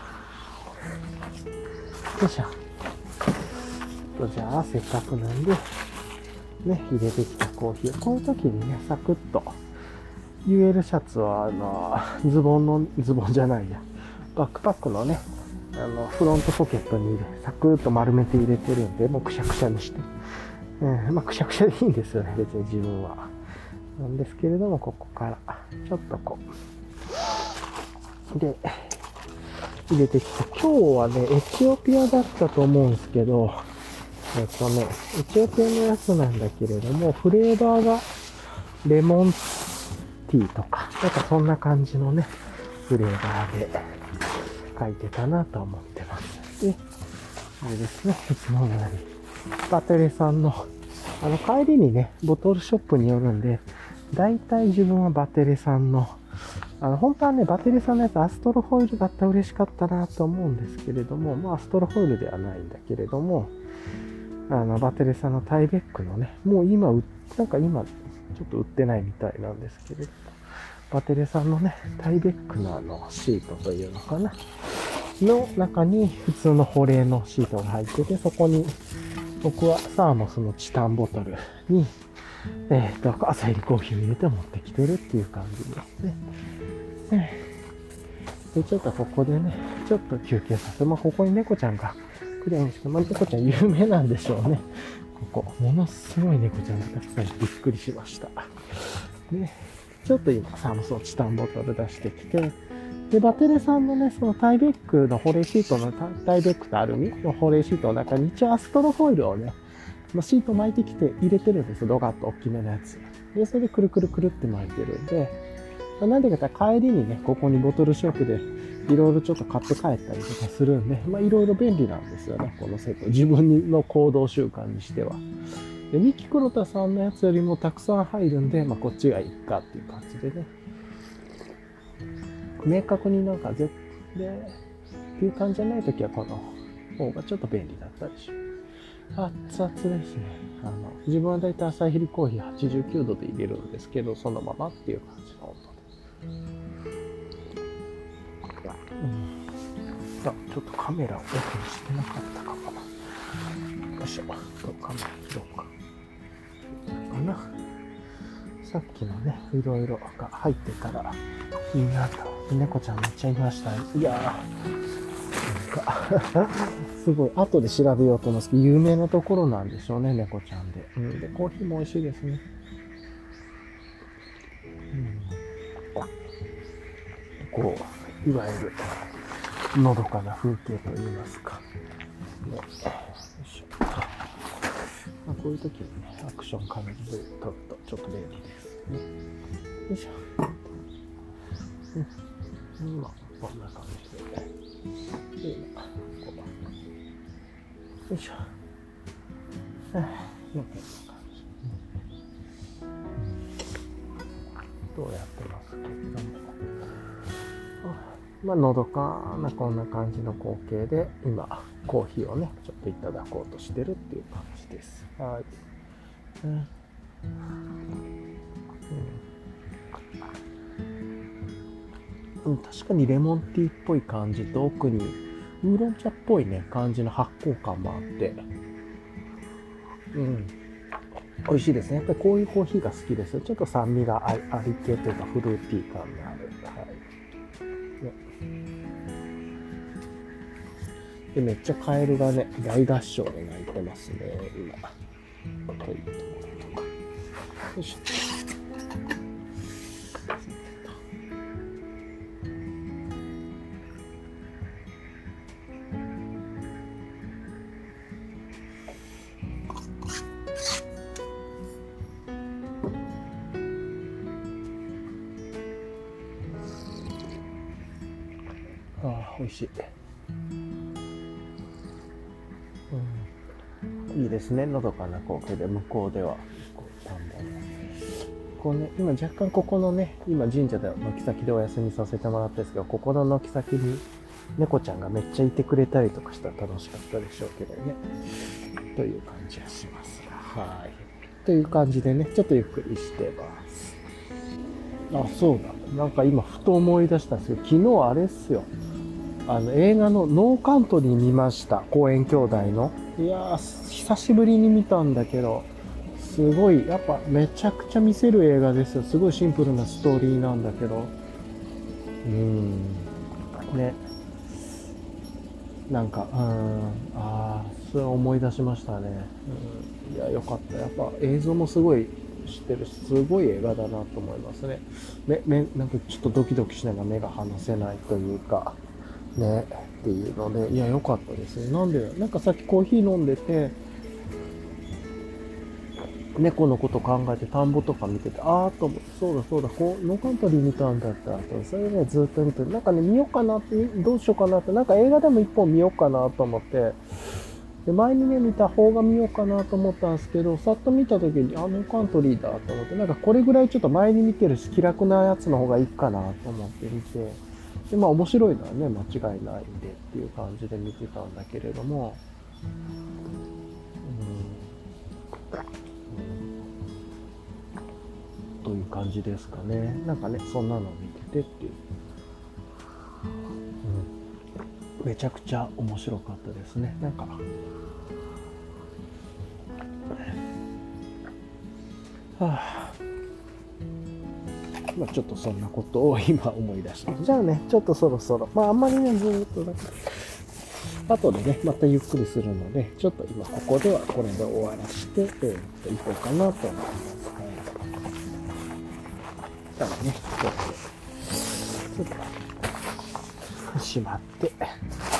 よいしょ。とじゃあ、せっかくなんで、ね、入れてきたコーヒー。こういう時にね、サクッと、ユーエル シャツは、あの、ズボンの、ズボンじゃないや、バックパックのね、あの、フロントポケットに入れ、サクッと丸めて入れてるんで、もうくしゃくしゃにして。うん、まあ、くしゃくしゃでいいんですよね、別に自分は。なんですけれども、ここから、ちょっとこう。で、入れてきた。今日はね、エチオピアだったと思うんですけど、えっとね、エチオピアのやつなんだけれども、フレーバーがレモンティーとか、なんかそんな感じのね、フレーバーで書いてたなと思ってます。で、あれですね、いつものように、バテレさんの、あの、帰りにね、ボトルショップによるんで、だいたい自分はバテレさんの、あの、本当はね、バテレさんのやつアストロホイルだったら嬉しかったなと思うんですけれども、まあ、アストロホイルではないんだけれども、あの、バテレさんのタイベックのね、もう今、なんか今、ちょっと売ってないみたいなんですけれど、バテレさんのね、タイベックのあの、シートというのかな、の中に普通の保冷のシートが入ってて、そこに、僕はサーモスのチタンボトルに、えっと、朝入りコーヒーを入れて持ってきてるっていう感じですね。で、ちょっとここでね、ちょっと休憩させて、まあ、ここに猫ちゃんが来るんですけど、まあ、猫ちゃん有名なんでしょうね。ここ、ものすごい猫ちゃんがたくさんびっくりしました。で、ちょっと今、サーモスのチタンボトル出してきて、で、バテレさんのね、そのタイベックの保冷シートの、タイベックとアルミの保冷シートの中に一応アストロホイルをね、シート巻いてきて入れてるんですよ。ドガッと大きめのやつ。で、それでくるくるくるって巻いてるんで、なんでかって帰りにね、ここにボトルショップでいろいろちょっと買って帰ったりとかするんで、まあいろいろ便利なんですよね、このセット。自分の行動習慣にしては。で、ミキクロタさんのやつよりもたくさん入るんで、まあこっちがいいかっていう感じでね。明確になんかぜでっていう感じじゃないときはこの方がちょっと便利だったりします。熱々ですね。あの自分はだいたい朝入りコーヒーはちじゅうきゅうどで入れるんですけど、そのままっていう感じの温度で。うん、あ、ちょっとカメラをオフにしてなかったかもな。よいしょ。カメラ切ろうか。かな。さっきのね、いろいろが入ってたらいいなと。猫ちゃんめっちゃいましたね。いやー、なんかすごい、後で調べようと思うんですけど、有名なところなんでしょうね、猫ちゃんで。うん、で、コーヒーも美味しいですね。うん、こう、いわゆる、のどかな風景といいますか。ね、よいしょ。まあ、こういう時にね、アクションカメラで撮るとちょっと便利ですね。よいしょ。うん、今、こんな感じで。で、今、こう。よいしょ。はぁ、こんな感ことをやってますけれども、まあのどかなこんな感じの光景で今コーヒーをねちょっといただこうとしてるっていう感じです。はい。うんうん、確かにレモンティーっぽい感じと奥にウーロン茶っぽいね感じの発酵感もあって、うん、美味しいですね。やっぱりこういうコーヒーが好きです。ちょっと酸味があり系というかフルーティー感のある、はいね、でめっちゃカエルがね大合唱で鳴いてますね今というところとか。よいしょ。ああ、美味しい。うん、いいですね。のどかな光景で、向こうではこう田んぼのこうね、今若干ここのね、今神社で軒先でお休みさせてもらったんですけど、ここの軒先に猫ちゃんがめっちゃいてくれたりとかしたら楽しかったでしょうけどね。という感じはしますが、はい。という感じでね、ちょっとゆっくりしてます。あ、そうだ。なんか今ふと思い出したんですけど、昨日あれっすよ。あの映画のノーカントリー見ました。公園兄弟の。いやー、久しぶりに見たんだけど、すごい、やっぱめちゃくちゃ見せる映画ですよ。すごいシンプルなストーリーなんだけど。うーん。ね。なんか、うーん。ああ、それ思い出しましたね。うん、いや、よかった。やっぱ映像もすごい知ってるし、すごい映画だなと思いますね。目、目、なんかちょっとドキドキしながら目が離せないというか、ね、っていうので、いや、良かったですね。なんで、なんかさっきコーヒー飲んでて、猫のこと考えて田んぼとか見てて、あーと思って、そうだそうだ、こう、ノーカントリー見たんだったら、それね、ずっと見て、なんかね、見ようかなって、どうしようかなって、なんか映画でも一本見ようかなと思って、で、前にね、見た方が見ようかなと思ったんですけど、さっと見た時に、あ、ノーカントリーだと思って、なんかこれぐらいちょっと前に見てるし、気楽なやつの方がいいかなと思って見て、で、まあ面白いのはね、間違いないんでっていう感じで見てたんだけれども、うんうん、という感じですかね。なんかね、そんなのを見ててっていう、うん、めちゃくちゃ面白かったですね。なんか、はあ、まあちょっとそんなことを今思い出して、じゃあね、ちょっとそろそろ、まああんまりね、ずーっとなんか、後でね、またゆっくりするので、ちょっと今ここではこれで終わらして、えー、っと、行こうかなと思います。はい。ただね、ちょっと、ちょっと、しまって、行こ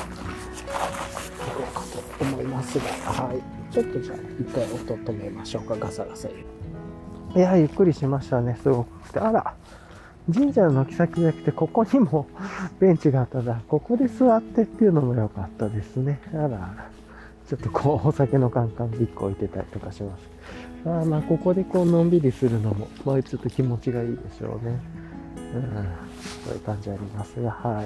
うかと思いますが、はい。ちょっとじゃあ、一回音止めましょうか、ガサガサ。いや、ゆっくりしましたね、すごくて。あら、神社の軒先じゃなくて、ここにもベンチがあったら、ここで座ってっていうのも良かったですね。あら、ちょっとこう、お酒のカンカンビッグ置いてたりとかします。あまあ、ここでこう、のんびりするのも、まあ、ちょっと気持ちがいいでしょうね。うん、そういう感じありますが、はい。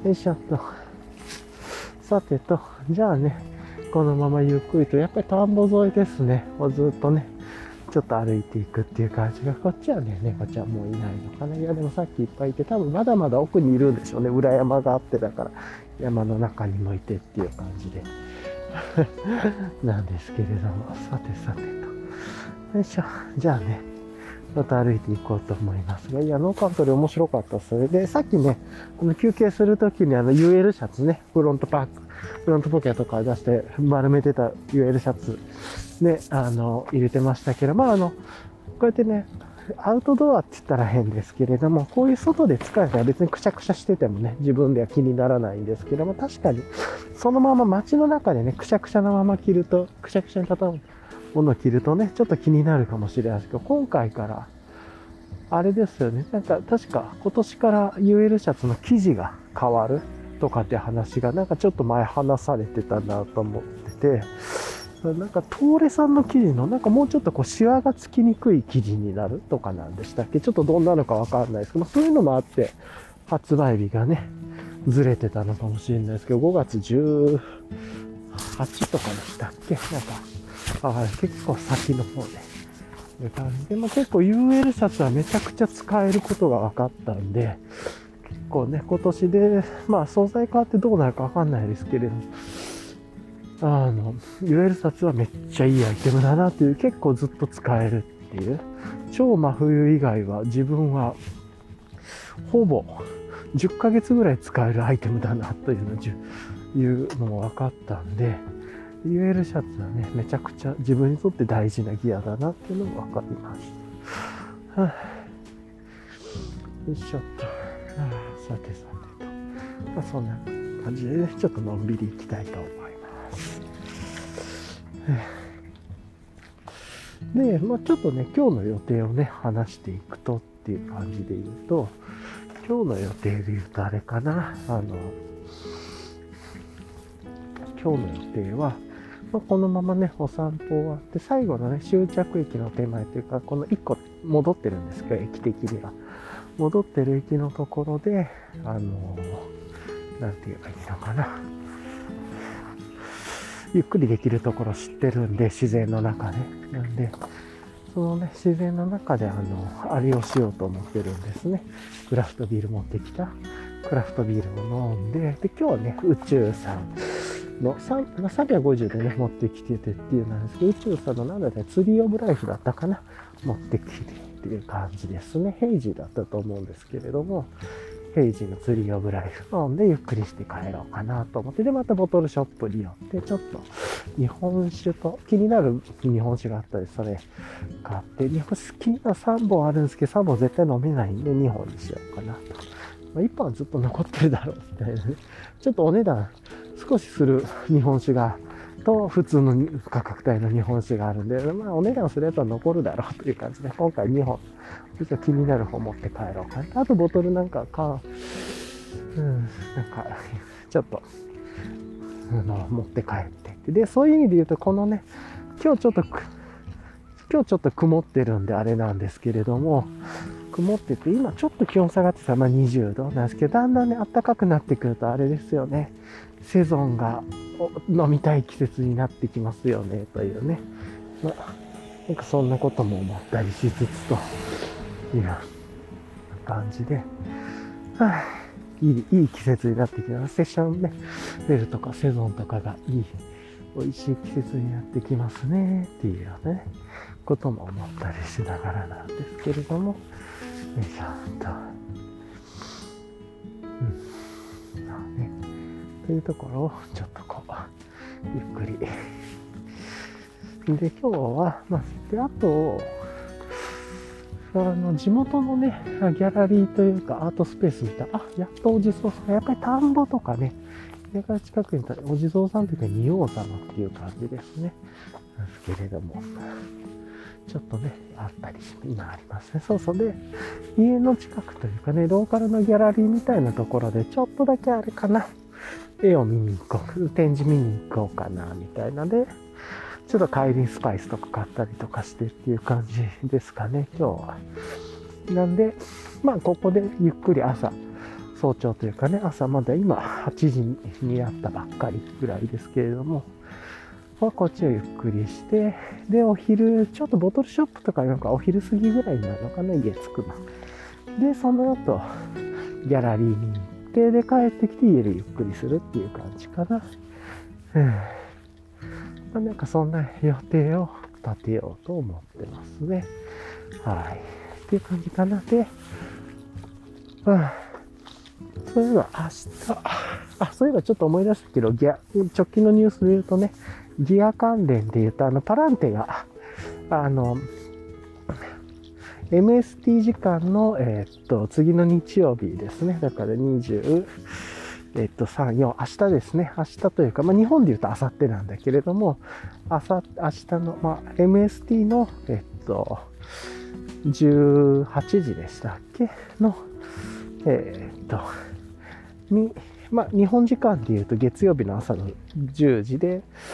よいしょっと。さてと、じゃあね、このままゆっくりと、やっぱり田んぼ沿いですね。もうずっとね、ちょっと歩いていくっていう感じが、こっちはね、猫ちゃんもういないのかな。いや、でもさっきいっぱいいて、多分まだまだ奥にいるんでしょうね。裏山があってだから、山の中にもいてっていう感じで。なんですけれども、さてさてと。よいしょ。じゃあね、また歩いていこうと思いますが、いや、ノーカントリー面白かったっすね。で、さっきね、あの休憩するときにあの ユーエル シャツね、フロントパック、フロントポケットから出して丸めてた ユーエル シャツ、ね、あの、入れてましたけど、まああの、こうやってね、アウトドアって言ったら変ですけれども、こういう外で使えたら別にくしゃくしゃしててもね、自分では気にならないんですけども、確かに、そのまま街の中でね、くしゃくしゃなまま着ると、くしゃくしゃに畳むものを着るとね、ちょっと気になるかもしれないですけど、今回から、あれですよね、なんか確か今年から ユーエル シャツの生地が変わるとかって話が、なんかちょっと前話されてたなと思ってて、 なんか東レさんの生地のなんかもうちょっとこうシワがつきにくい生地になるとかなんでしたっけ？ちょっとどんなのかわかんないですけど、そういうのもあって発売日がねずれてたのかもしれないですけど、ごがつじゅうはちとかでしたっけ？なんかあ結構先の方で。でも結構 ユーエル シャツはめちゃくちゃ使えることが分かったんで、結構ね今年でまあ素材変わってどうなるか分かんないですけれども。あの、ユーエル シャツはめっちゃいいアイテムだなっていう、結構ずっと使えるっていう、超真冬以外は自分はほぼじゅっかげつぐらい使えるアイテムだなというのいうのも分かったんで、ユーエル シャツはね、めちゃくちゃ自分にとって大事なギアだなっていうのも分かりました。はあ、よいしょっと。はあ、さてさてと。まあそんな感じでね、ちょっとのんびりいきたいと思います。で、まあちょっとね、今日の予定をね、話していくとっていう感じで言うと、今日の予定で言うとあれかな、あの、今日の予定は、まあ、このままね、お散歩終わって、最後のね、終着駅の手前というか、このいっこ戻ってるんですけど、駅的には。戻ってる駅のところで、あの、なんて言えばいいのかな。ゆっくりできるところ知ってるんで、自然の中ね。なんで、そのね、自然の中であの、あれをしようと思ってるんですね。クラフトビール持ってきた。クラフトビールを飲んで、で、今日はね、宇宙さんのさんびゃくごじゅうでね、持ってきててっていうなんですけど、宇宙さんのなんだね、ツリーオブライフだったかな。持ってきてっていう感じですね。ヘイジーだったと思うんですけれども、ヘイジのツリーオブライフ飲んでゆっくりして帰ろうかなと思って、で、またボトルショップに寄って、ちょっと日本酒と、気になる日本酒があったり、それ買って、日本酒気になるさんぼんあるんですけど、さんぼん絶対飲めないんでにほんにしようかなと。まあ、いっぽんはずっと残ってるだろうみたいなね。ちょっとお値段少しする日本酒が、と普通の価格帯の日本酒があるんで、まあお値段するやつは残るだろうという感じで、今回にほん、実は気になる方持って帰ろうかな。あとボトルなんかか、うん、なんか、ちょっと、あの、持って帰ってって。で、そういう意味で言うと、このね、今日ちょっと、今日ちょっと曇ってるんであれなんですけれども、曇ってて、今ちょっと気温下がってたら、まあにじゅうどなんですけど、だんだんね、暖かくなってくるとあれですよね。セゾンが飲みたい季節になってきますよね、というね。まあ、なんかそんなことも思ったりしつつという感じで、はあ、いい、いい季節になってきます。セッションね、ベルとかセゾンとかがいい、美味しい季節になってきますね、っていうよね、ことも思ったりしながらなんですけれども、よいしょっと。うん。まあね。というところをちょっとこう、ゆっくり。で、今日は、まあ、で、あと、あの、地元のね、ギャラリーというかアートスペース見た、あ、やっとお地蔵さん、やっぱり田んぼとかね、家から近くにいたお地蔵さんというか仁王様っていう感じですね。なんですけれども。ちょっとね、あったりして、今ありますね。そうそう。で、家の近くというかね、ローカルのギャラリーみたいなところで、ちょっとだけあれかな、絵を見に行こう、展示見に行こうかな、みたいなで、ちょっと帰りにスパイスとか買ったりとかしてっていう感じですかね、今日は。なんで、まあ、ここでゆっくり朝、早朝というかね、朝まだ今はちじになったばっかりぐらいですけれども、こっちをゆっくりして、で、お昼、ちょっとボトルショップとかなんかお昼過ぎぐらいになるのかな、家着くの。で、その後、ギャラリーに行って、で、帰ってきて家でゆっくりするっていう感じかな。うん。まあ、なんかそんな予定を立てようと思ってますね。はい。っていう感じかな。で、うん。そういえば明日、あ、そういえばちょっと思い出したけど、ギア、直近のニュースで言うとね、ギア関連で言うと、あの、パランテが、あの、エムエスティー 時間の、えー、っと、次の日曜日ですね。だからにじゅう、えー、っと、さん、よん、明日ですね。明日というか、まあ、日本で言うと明後日なんだけれども、明後明日の、まあ、エムエスティー の、えー、っと、じゅうはちじでしたっけの、えー、っと、に、まあ、日本時間で言うと月曜日の朝のじゅうじで、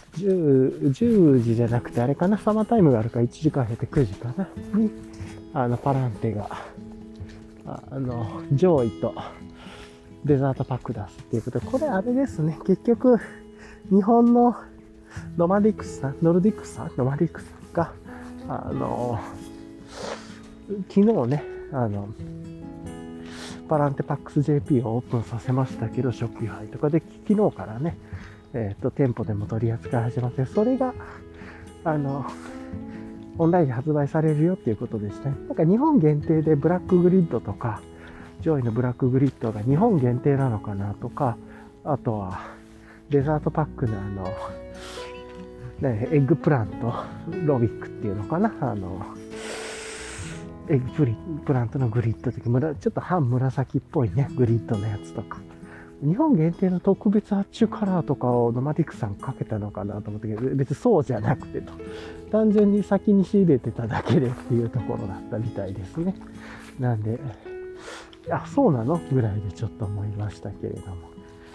じゅう、じゅうじじゃなくてあれかな、サマータイムがあるからいちじかん経ってくじかな、に、あの、パランテが、あの、上位とデザートパック出すっていうことで、これあれですね、結局、日本のノマディックスさん、ノルディックスさん、ノマディックスさんが、あの、昨日ね、あの、パランテパックス ジェーピー をオープンさせましたけど、初期配とかで、昨日からね、えっと、店舗でも取り扱い始まって、それが、あの、オンラインで発売されるよっていうことでしたね。なんか日本限定でブラックグリッドとか、上位のブラックグリッドが日本限定なのかなとか、あとは、デザートパックのあの、ね、エッグプラント、ロビックっていうのかな、あの、エッグプリプラントのグリッド的、ちょっと半紫っぽいね、グリッドのやつとか。日本限定の特別発注カラーとかをノマディックさんかけたのかなと思ったけど、別にそうじゃなくてと。単純に先に仕入れてただけでっていうところだったみたいですね。なんで、あ、そうなのぐらいでちょっと思いましたけれども。はい。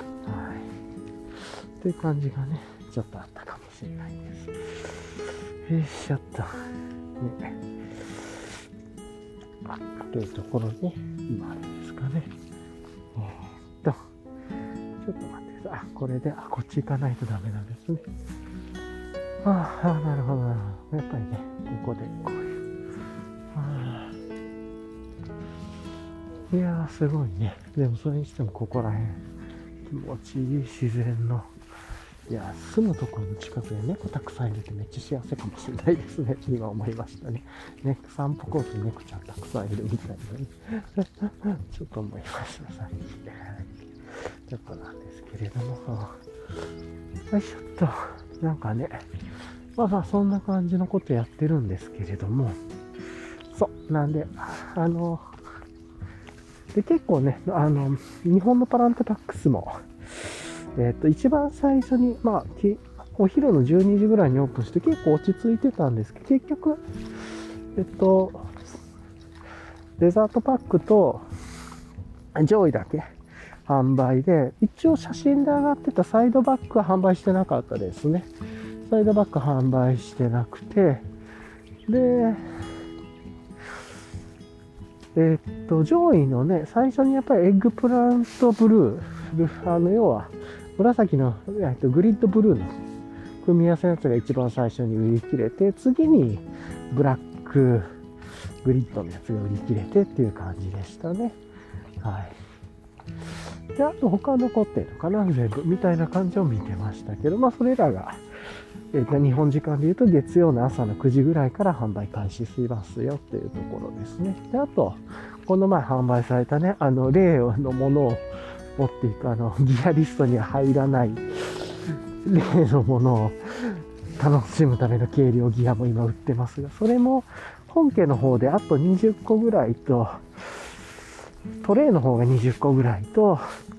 という感じがね、ちょっとあったかもしれないです。よいしょっと。ね。というところで、今あれですかね。えー、っと、ちょっと待ってください。あ、これで、あ、こっち行かないとダメなんですね。ああ、なるほどなるほど。やっぱりね、ここでこういう。あいやー、すごいね。でもそれにしてもここら辺、気持ちいい自然の。いや、住むところの近くで猫たくさんいるってめっちゃ幸せかもしれないですね。今思いましたね。ね、散歩コースに猫ちゃんたくさんいるみたいなね。ちょっと思いました、さっき。ちょっとなんですけれども。よいしょっと。なんかね、まあまあそんな感じのことやってるんですけれども。そう、なんで、あの、で結構ね、あの、日本のパランテパックスも、えっと、一番最初に、まあ、お昼のじゅうにじぐらいにオープンして結構落ち着いてたんですけど、結局、えっと、デザートパックと上位だけ販売で、一応写真で上がってたサイドバックは販売してなかったですね。サイドバック販売してなくて、で、えっと、上位のね、最初にやっぱりエッグプラントブルー、あの、要は、紫の、えっと、グリッドブルーの組み合わせのやつが一番最初に売り切れて、次にブラックグリッドのやつが売り切れてっていう感じでしたね。はい。で、あと他残ってるのかな、全部、みたいな感じを見てましたけど、まあ、それらが、えー、日本時間で言うと月曜の朝のくじぐらいから販売開始しますよっていうところですね。で、あと、この前販売されたね、あの、例のものを持っていく、あの、ギアリストには入らない例のものを楽しむための軽量ギアも今売ってますが、それも本家の方であとにじゅっこぐらいと、トレイの方がにじゅっこぐらいと、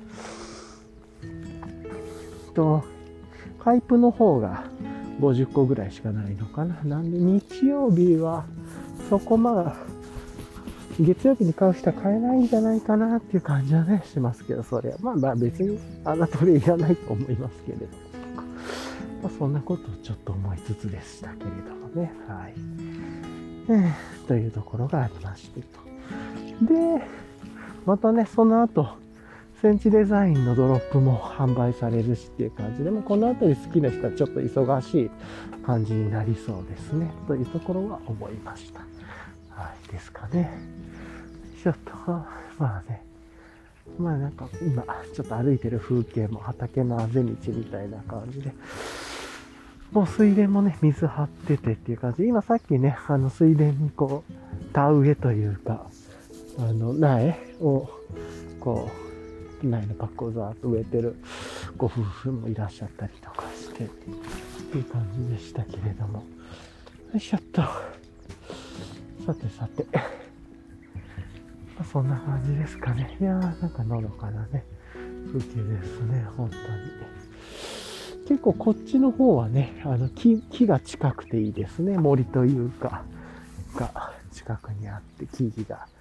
と、パイプの方がごじゅっこぐらいしかないのかな。なんで日曜日はそこまあ月曜日に買う人は買えないんじゃないかなっていう感じはねしますけど、それはまあまあ別にあんなトレイいらないと思いますけれど、まあ、そんなことをちょっと思いつつでしたけれどもね。はい。えー、というところがありましてと。で、またね、その後、センチデザインのドロップも販売されるしっていう感じで、もこのあたり好きな人はちょっと忙しい感じになりそうですね。というところは思いました。はい、ですかね。ちょっと、まあね、まあなんか今、ちょっと歩いてる風景も畑のあぜ道みたいな感じで、もう水田もね、水張っててっていう感じで、今さっきね、あの水田にこう、田植えというか、あの苗を、こう、苗のパックをざーっと植えてるご夫婦もいらっしゃったりとかしてっていう感じでしたけれども、よいしょっと。さてさて、まあ、そんな感じですかね。いやー、なんかのどかなね、風景ですね、本当に。結構こっちの方はね、あの 木, 木が近くていいですね。森というか、が近くにあって、木々が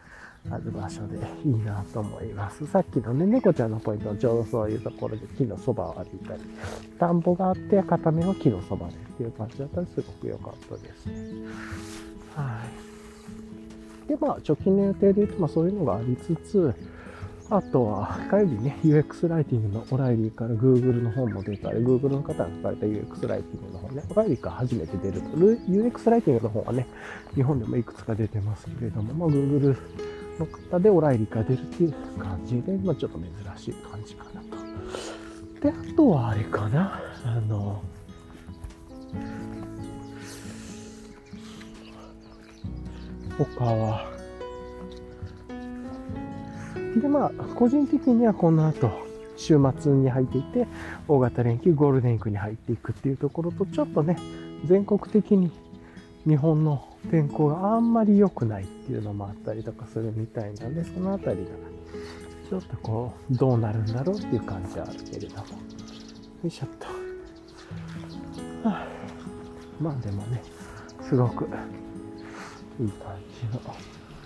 ある場所でいいなと思います。さっきのね、猫ちゃんのポイントはちょうどそういうところで木のそばを歩いたり、田んぼがあって固めの木のそばでっていう感じだったらすごく良かったですね。はい。で、まあ、直近の予定で言うと、まあそういうのがありつつ、あとは、火曜日ね、ユーエックス ライティングのオライリーから Google の本も出たり、Google の方が書かれた ユーエックス ライティングの本ね、オライリーから初めて出ると、ユーエックス ライティングの本はね、日本でもいくつか出てますけれども、まあ Google の方でオライリーから出るっていう感じで、まあちょっと珍しい感じかなと。で、あとはあれかな、あの、他は、で、まあ、個人的にはこの後、週末に入っていて、大型連休、ゴールデンウィークに入っていくっていうところと、ちょっとね、全国的に日本の天候があんまり良くないっていうのもあったりとかするみたいなんで、そのあたりが、ちょっとこう、どうなるんだろうっていう感じはあるけれども。よいしょっと。はあ、まあでもね、すごくいい感じの。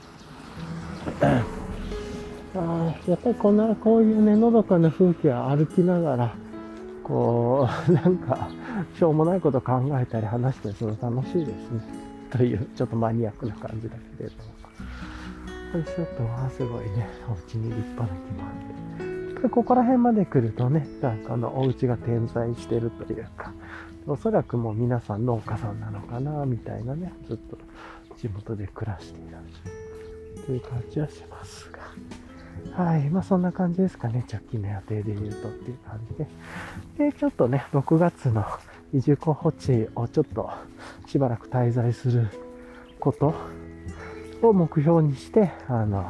あやっぱりこんな、こういうね、のどかな風景を歩きながら、こう、なんか、しょうもないこと考えたり話したりするの楽しいですね。という、ちょっとマニアックな感じだけれども。ちょっとはすごいね、お家に立派な木もあって。でここら辺まで来るとね、なんかあの、お家が点在してるというか、おそらくもう皆さん農家さんなのかな、みたいなね、ずっと地元で暮らしていらっしゃるという感じはしますが。はい。まあそんな感じですかね。直近の予定で言うとっていう感じで。で、ちょっとね、ろくがつの移住候補地をちょっとしばらく滞在することを目標にして、あの、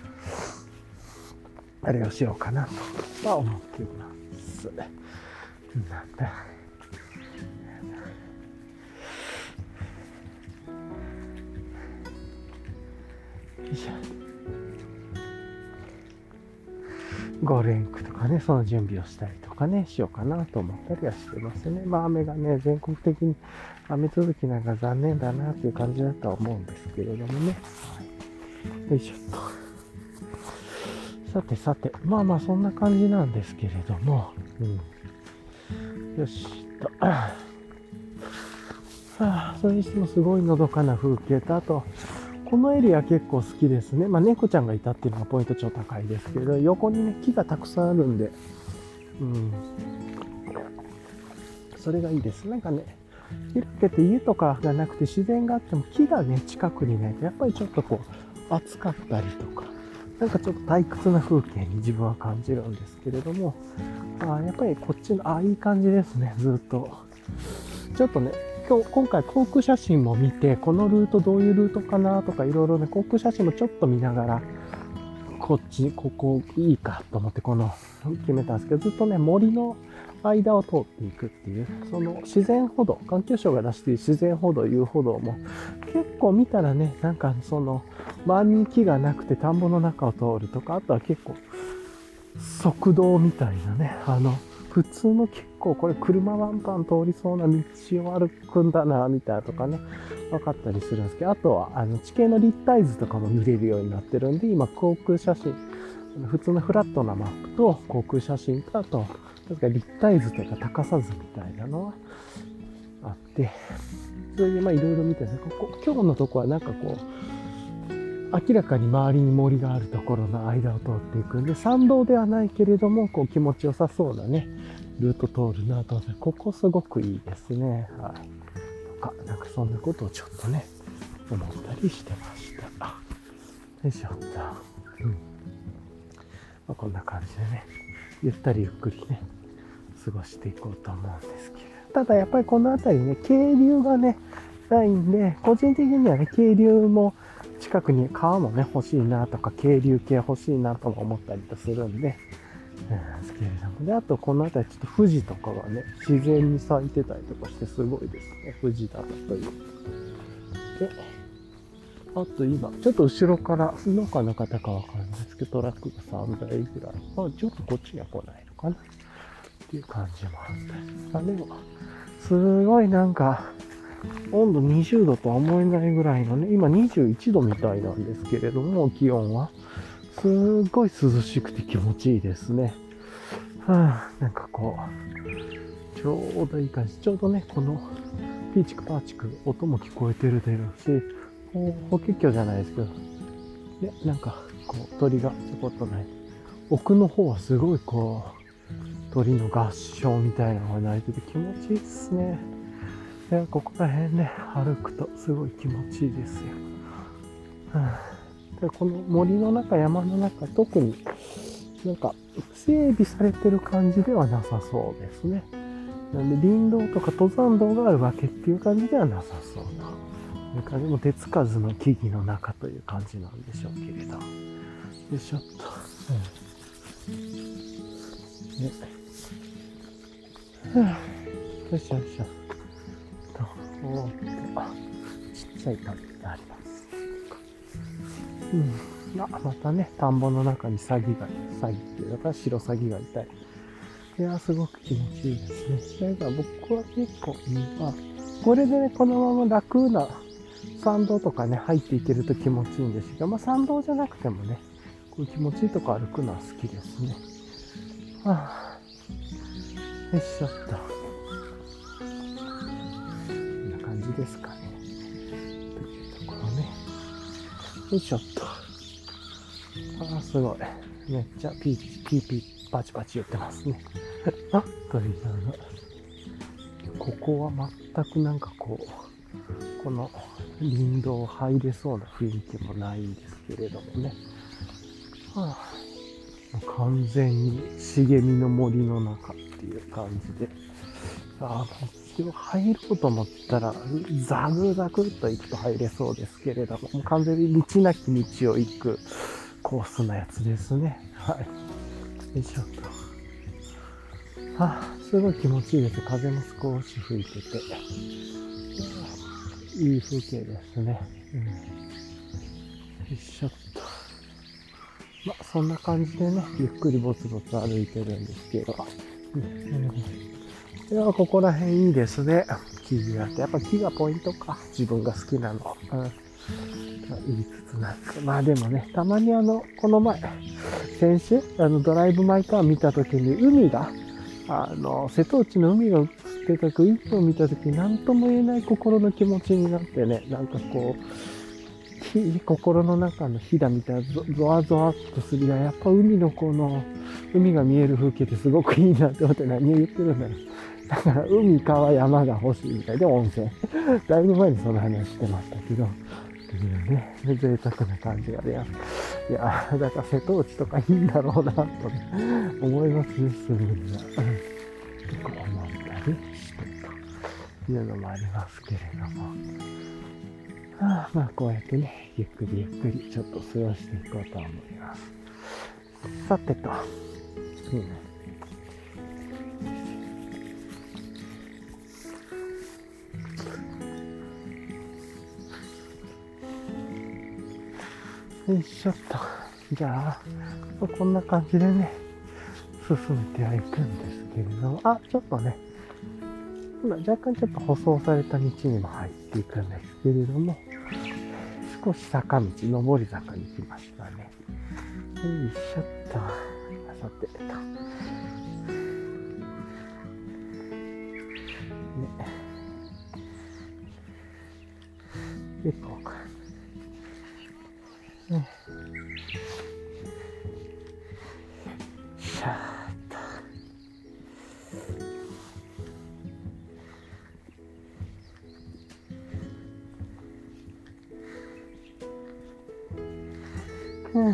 あれをしようかなとは思っています。なんだ。よいしょ。ゴールデンウィークとかね、その準備をしたりとかね、しようかなと思ったりはしてますね。まあ雨がね、全国的に雨続きなんか残念だなっていう感じだとは思うんですけれどもね。はい、よいしょっと。さてさて、まあまあそんな感じなんですけれども、うん、よしと。はあ、それにしてもすごいのどかな風景と、あと、このエリア結構好きですね。まあ、猫ちゃんがいたっていうのがポイント超高いですけど、横にね、木がたくさんあるんで、うん。それがいいです。なんかね、開けて家とかがなくて自然があっても木がね、近くにないと、やっぱりちょっとこう、暑かったりとか、なんかちょっと退屈な風景に自分は感じるんですけれども、あやっぱりこっちの、あいい感じですね、ずっと。ちょっとね、今日、今回航空写真も見て、このルートどういうルートかなとかいろいろね、航空写真もちょっと見ながら、こっち、ここいいかと思ってこの決めたんですけど、ずっとね、森の間を通っていくっていう、その自然歩道、環境省が出している自然歩道、遊歩道も結構見たらね、なんかその、周りに木がなくて田んぼの中を通るとか、あとは結構、側道みたいなね、あの、普通の結構これ車ワンパン通りそうな道を歩くんだな、みたいなとかね、分かったりするんですけど、あとはあの地形の立体図とかも見れるようになってるんで、今航空写真、普通のフラットなマップと航空写真と、あと、確か立体図とか高さ図みたいなのはあって、それでまあいろいろ見てね、ここ、今日のとこはなんかこう、明らかに周りに森があるところの間を通っていくんで、山道ではないけれども、こう気持ちよさそうなね、ルート通るなと思って、ここすごくいいですね。はい。とか、なんかそんなことをちょっとね、思ったりしてました。よいしょっと。うん。まあ、こんな感じでね、ゆったりゆっくりね、過ごしていこうと思うんですけど。ただやっぱりこの辺りね、渓流がね、ないんで、個人的にはね、渓流も近くに川もね、欲しいなとか、渓流系欲しいなとも思ったりとするんで、うん、ですけれども。で、あとこの辺りちょっと富士とかがね、自然に咲いてたりとかしてすごいですね。富士だなという。で、あと今、ちょっと後ろから農家の方かわかんないですけど、トラックがさんだいぐらい。まあ、ちょっとこっちには来ないのかなっていう感じもあったりとかね。すごいなんか、 温度にじゅうどとは思えないぐらいのね、今にじゅういちどみたいなんですけれども、気温は。すっごい涼しくて気持ちいいですね。はあ、なんかこう、ちょうどいい感じ。ちょうどね、このピーチクパーチク、音も聞こえてるでし、法華経じゃないですけど、ね、なんかこう鳥がちょこっとない。奥の方はすごいこう、鳥の合唱みたいなのが鳴いてて気持ちいいですね。いや、ここら辺ね、歩くとすごい気持ちいいですよ。はあ、でこの森の中、山の中、特になんか整備されてる感じではなさそうですね。なんで林道とか登山道があるわけっていう感じではなさそうな。なんかでも手つかずの木々の中という感じなんでしょうけれど。よいしょっと。うんね、はあ、よいしょよいしょ。と、おーっと、あ、ちっちゃい旅があります。うん。あ、またね、田んぼの中にサギが、サギっていうのか、白サギがいたり。いや、すごく気持ちいいですね。だから僕は結構、まあ、これでね、このまま楽な山道とかね、入っていけると気持ちいいんですけど、まあ山道じゃなくてもね、こういう気持ちいいとこ歩くのは好きですね。はあ、よいしょっと。こんな感じですかね。というところね。よいしょっと。ああ、すごい。めっちゃピーピー、ピーピー、パチパチ言ってますね。あ、鳥さんが。ここは全くなんかこう、この林道入れそうな雰囲気もないんですけれどもね。はあ、もう完全に茂みの森の中っていう感じで。ああ、一応入ろうと思ったら、ザグザグっと行くと入れそうですけれども、もう完全に道なき道を行くコースのやつですね。はい。よいしょっと。はあ、すごい気持ちいいです。風も少し吹いてて。いい風景ですね。うん、よいしょっと。まあ、そんな感じでね、ゆっくりぼつぼつ歩いてるんですけど。うん、いや、ここら辺いいですね。木々があって。やっぱ木がポイントか。自分が好きなの。うん、言いつつなんか。まあでもね、たまにあの、この前、先週、あの、ドライブ・マイ・カー見たときに、海が、あの、瀬戸内の海が映ってた海を見たときに、なんとも言えない心の気持ちになってね、なんかこう、心の中のひだみたいなゾワゾワっとするが、やっぱ海のこの、海が見える風景ってすごくいいなって思って何を言ってるんだろう。だから海、川、山が欲しいみたいで温泉。だいぶ前にその話してましたけど、っていうね、贅沢な感じがあります。いや、だから瀬戸内とかいいんだろうなと、ね、思いますね、すぐには。結構思ったりしてというのもありますけれども。はあ、まあこうやってね、ゆっくりゆっくりちょっと過ごしていこうと思います。さてと、うん、よいしょっと。じゃあ、こんな感じでね、進めてはいくんですけれども、あ、ちょっとね、今若干ちょっと舗装された道にも入っていくんですけれども、少し坂道、上り坂に来ましたね。よいしょっと。さてと。ね。で、こうか。ね。シャーっと。うん。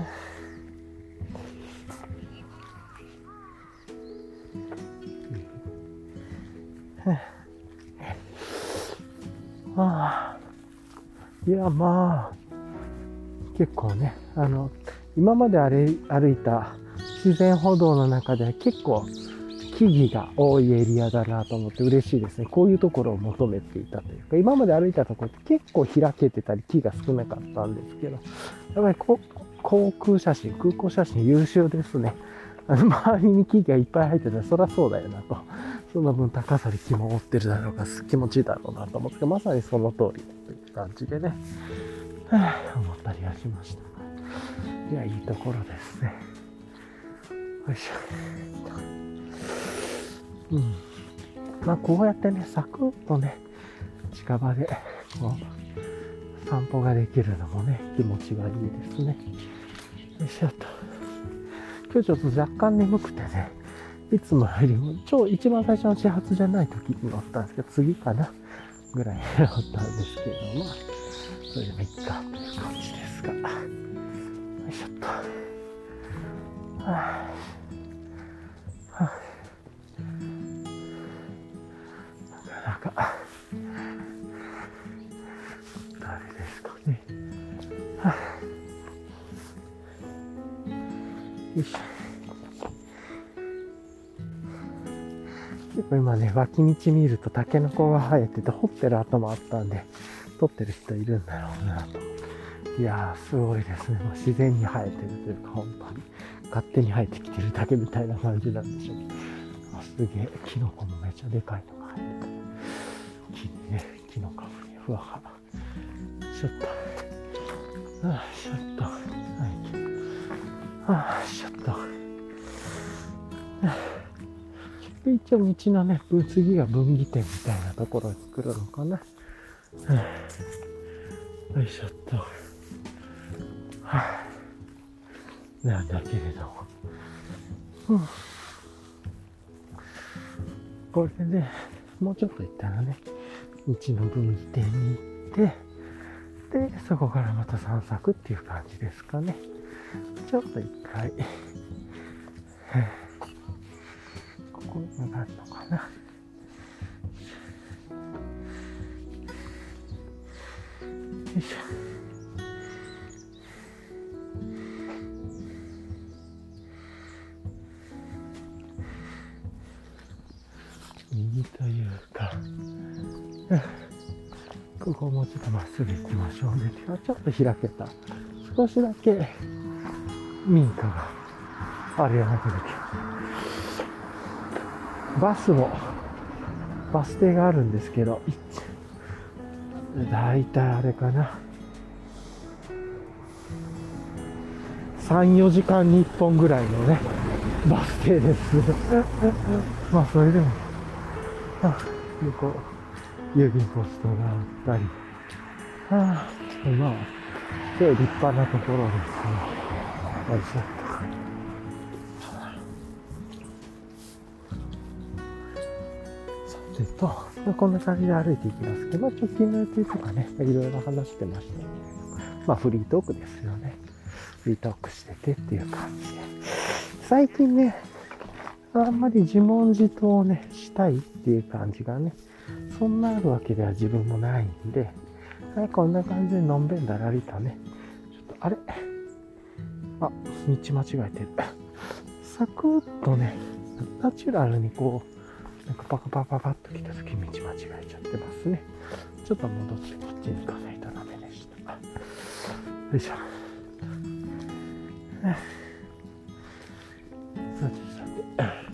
ああ、いや、まあ、結構ね、あの、今まで歩歩いた自然歩道の中では結構木々が多いエリアだなと思って嬉しいですね。こういうところを求めていたというか、今まで歩いたところって結構開けてたり木が少なかったんですけど、やっぱりこ航空写真、空港写真優秀ですね。 あの周りに木がいっぱい生えてたらそりゃそうだよなと。その分高さに気も負ってるだろうが気持ちいいだろうなと思って、まさにその通りという感じでね、はぁ思ったりはしました。いや、いいところですね。よいしょ。うん。まあこうやってね、サクッとね、近場でこう散歩ができるのもね、気持ちがいいですね。よいしょと。今日ちょっと若干眠くてね、いつもよりも超一番最初の始発じゃない時に乗ったんですけど、次かなぐらいに乗ったんですけど、まあそれでもいいかという感じですが、よいしょっと。はぁ、はぁ、なかなか誰ですかね。はぁ、よいしょ。結構今ね、脇道見るとタケノコが生えてて、掘ってる跡もあったんで、取ってる人いるんだろうなと。いやー、すごいですね。もう自然に生えてるというか、本当に勝手に生えてきてるだけみたいな感じなんでしょう。あ、すげえ、キノコもめっちゃでかいのが生えてる。木にね、木の株にふわふわ。ちょっと、あ、ちょっと、はい、あ、ちょっと。で一応道のね、次が分岐点みたいなところに来るのかな。よいしょっと。はぁ、なんだけれども。うん、これで、もうちょっと行ったらね、道の分岐点に行って、で、そこからまた散策っていう感じですかね。ちょっと一回、ここになるのかな。よいしょ。右というか、ここもちょっとまっすぐ行きましょうね。ちょっと開けた。少しだけ民家があるようなけど、バスも、バス停があるんですけど、だいたいあれかな。さん、よじかんにいっぽんぐらいのね、バス停です。まあ、それでも、あ、向こう、郵便ポストがあったり、ああ、まあ、すごい立派なところですね。よいしょっと。さてと、こんな感じで歩いていきますけど、直近の予定とかね、いろいろ話してましたけど、まあ、フリートークですよね。フリートークしててっていう感じで。最近ね、あんまり自問自答をね、したいっていう感じがね、そんなあるわけでは自分もないんで、はい、こんな感じでのんべんだらりとね、ちょっと、あれあ、道間違えてる。サクッとね、ナチュラルにこう、なんかパカパカパッと来た時道間違えちゃってますね。ちょっと戻ってこっちに行かないとダメでした。よいしょ。さてさて。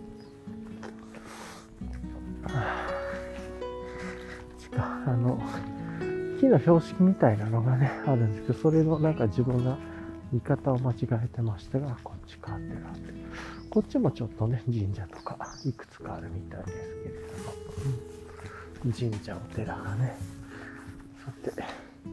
あの、木の標識みたいなのがね、あるんですけど、それのなんか自分が見方を間違えてましたが、こっちかってなって。こっちもちょっとね、神社とかいくつかあるみたいですけれども、うん、神社、お寺がね、さて、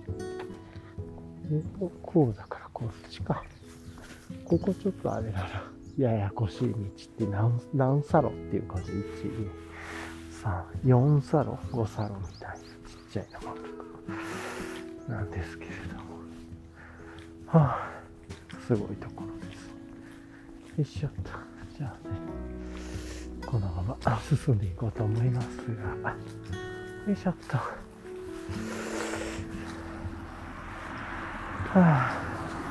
えこうだからこっちか。ここちょっとあれだな、ややこしい道って何、何サロっていう感じで、いち、に、さん、よんサロ、ごサロみたいなちっちゃいのもなんですけれども、はあ、すごいところです。よいしょっと。じゃあね、このまま進んでいこうと思いますが、よいしょっと。はあ、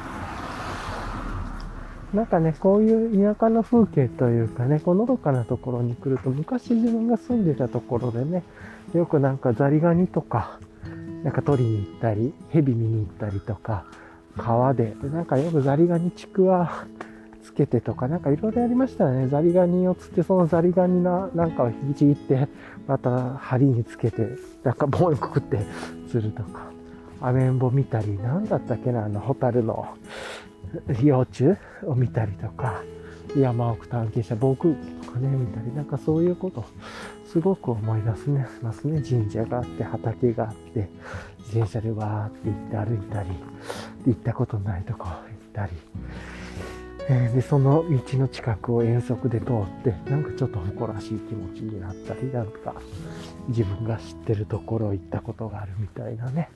なんかね、こういう田舎の風景というかね、こうのどかなところに来ると、昔自分が住んでたところでね、よくなんかザリガニとか、なんか取りに行ったり、ヘビ見に行ったりとか、川で、なんかよくザリガニちくわつけてとか、なんかいろいろやりましたよね。ザリガニを釣って、そのザリガニななんかを引きちぎって、また針につけて、なんか棒にくくって釣るとか、アメンボ見たり、なんだったっけな、あの、ホタルの幼虫を見たりとか、山奥探検者、防空機とかね、見たり、なんかそういうこと、すごく思い出すね、ますね。神社があって、畑があって、自転車でわーって行って歩いたり、行ったことないとこ行ったり、えー、で、その道の近くを遠足で通って、なんかちょっと誇らしい気持ちになったり、なんか自分が知ってるところ行ったことがあるみたいなね。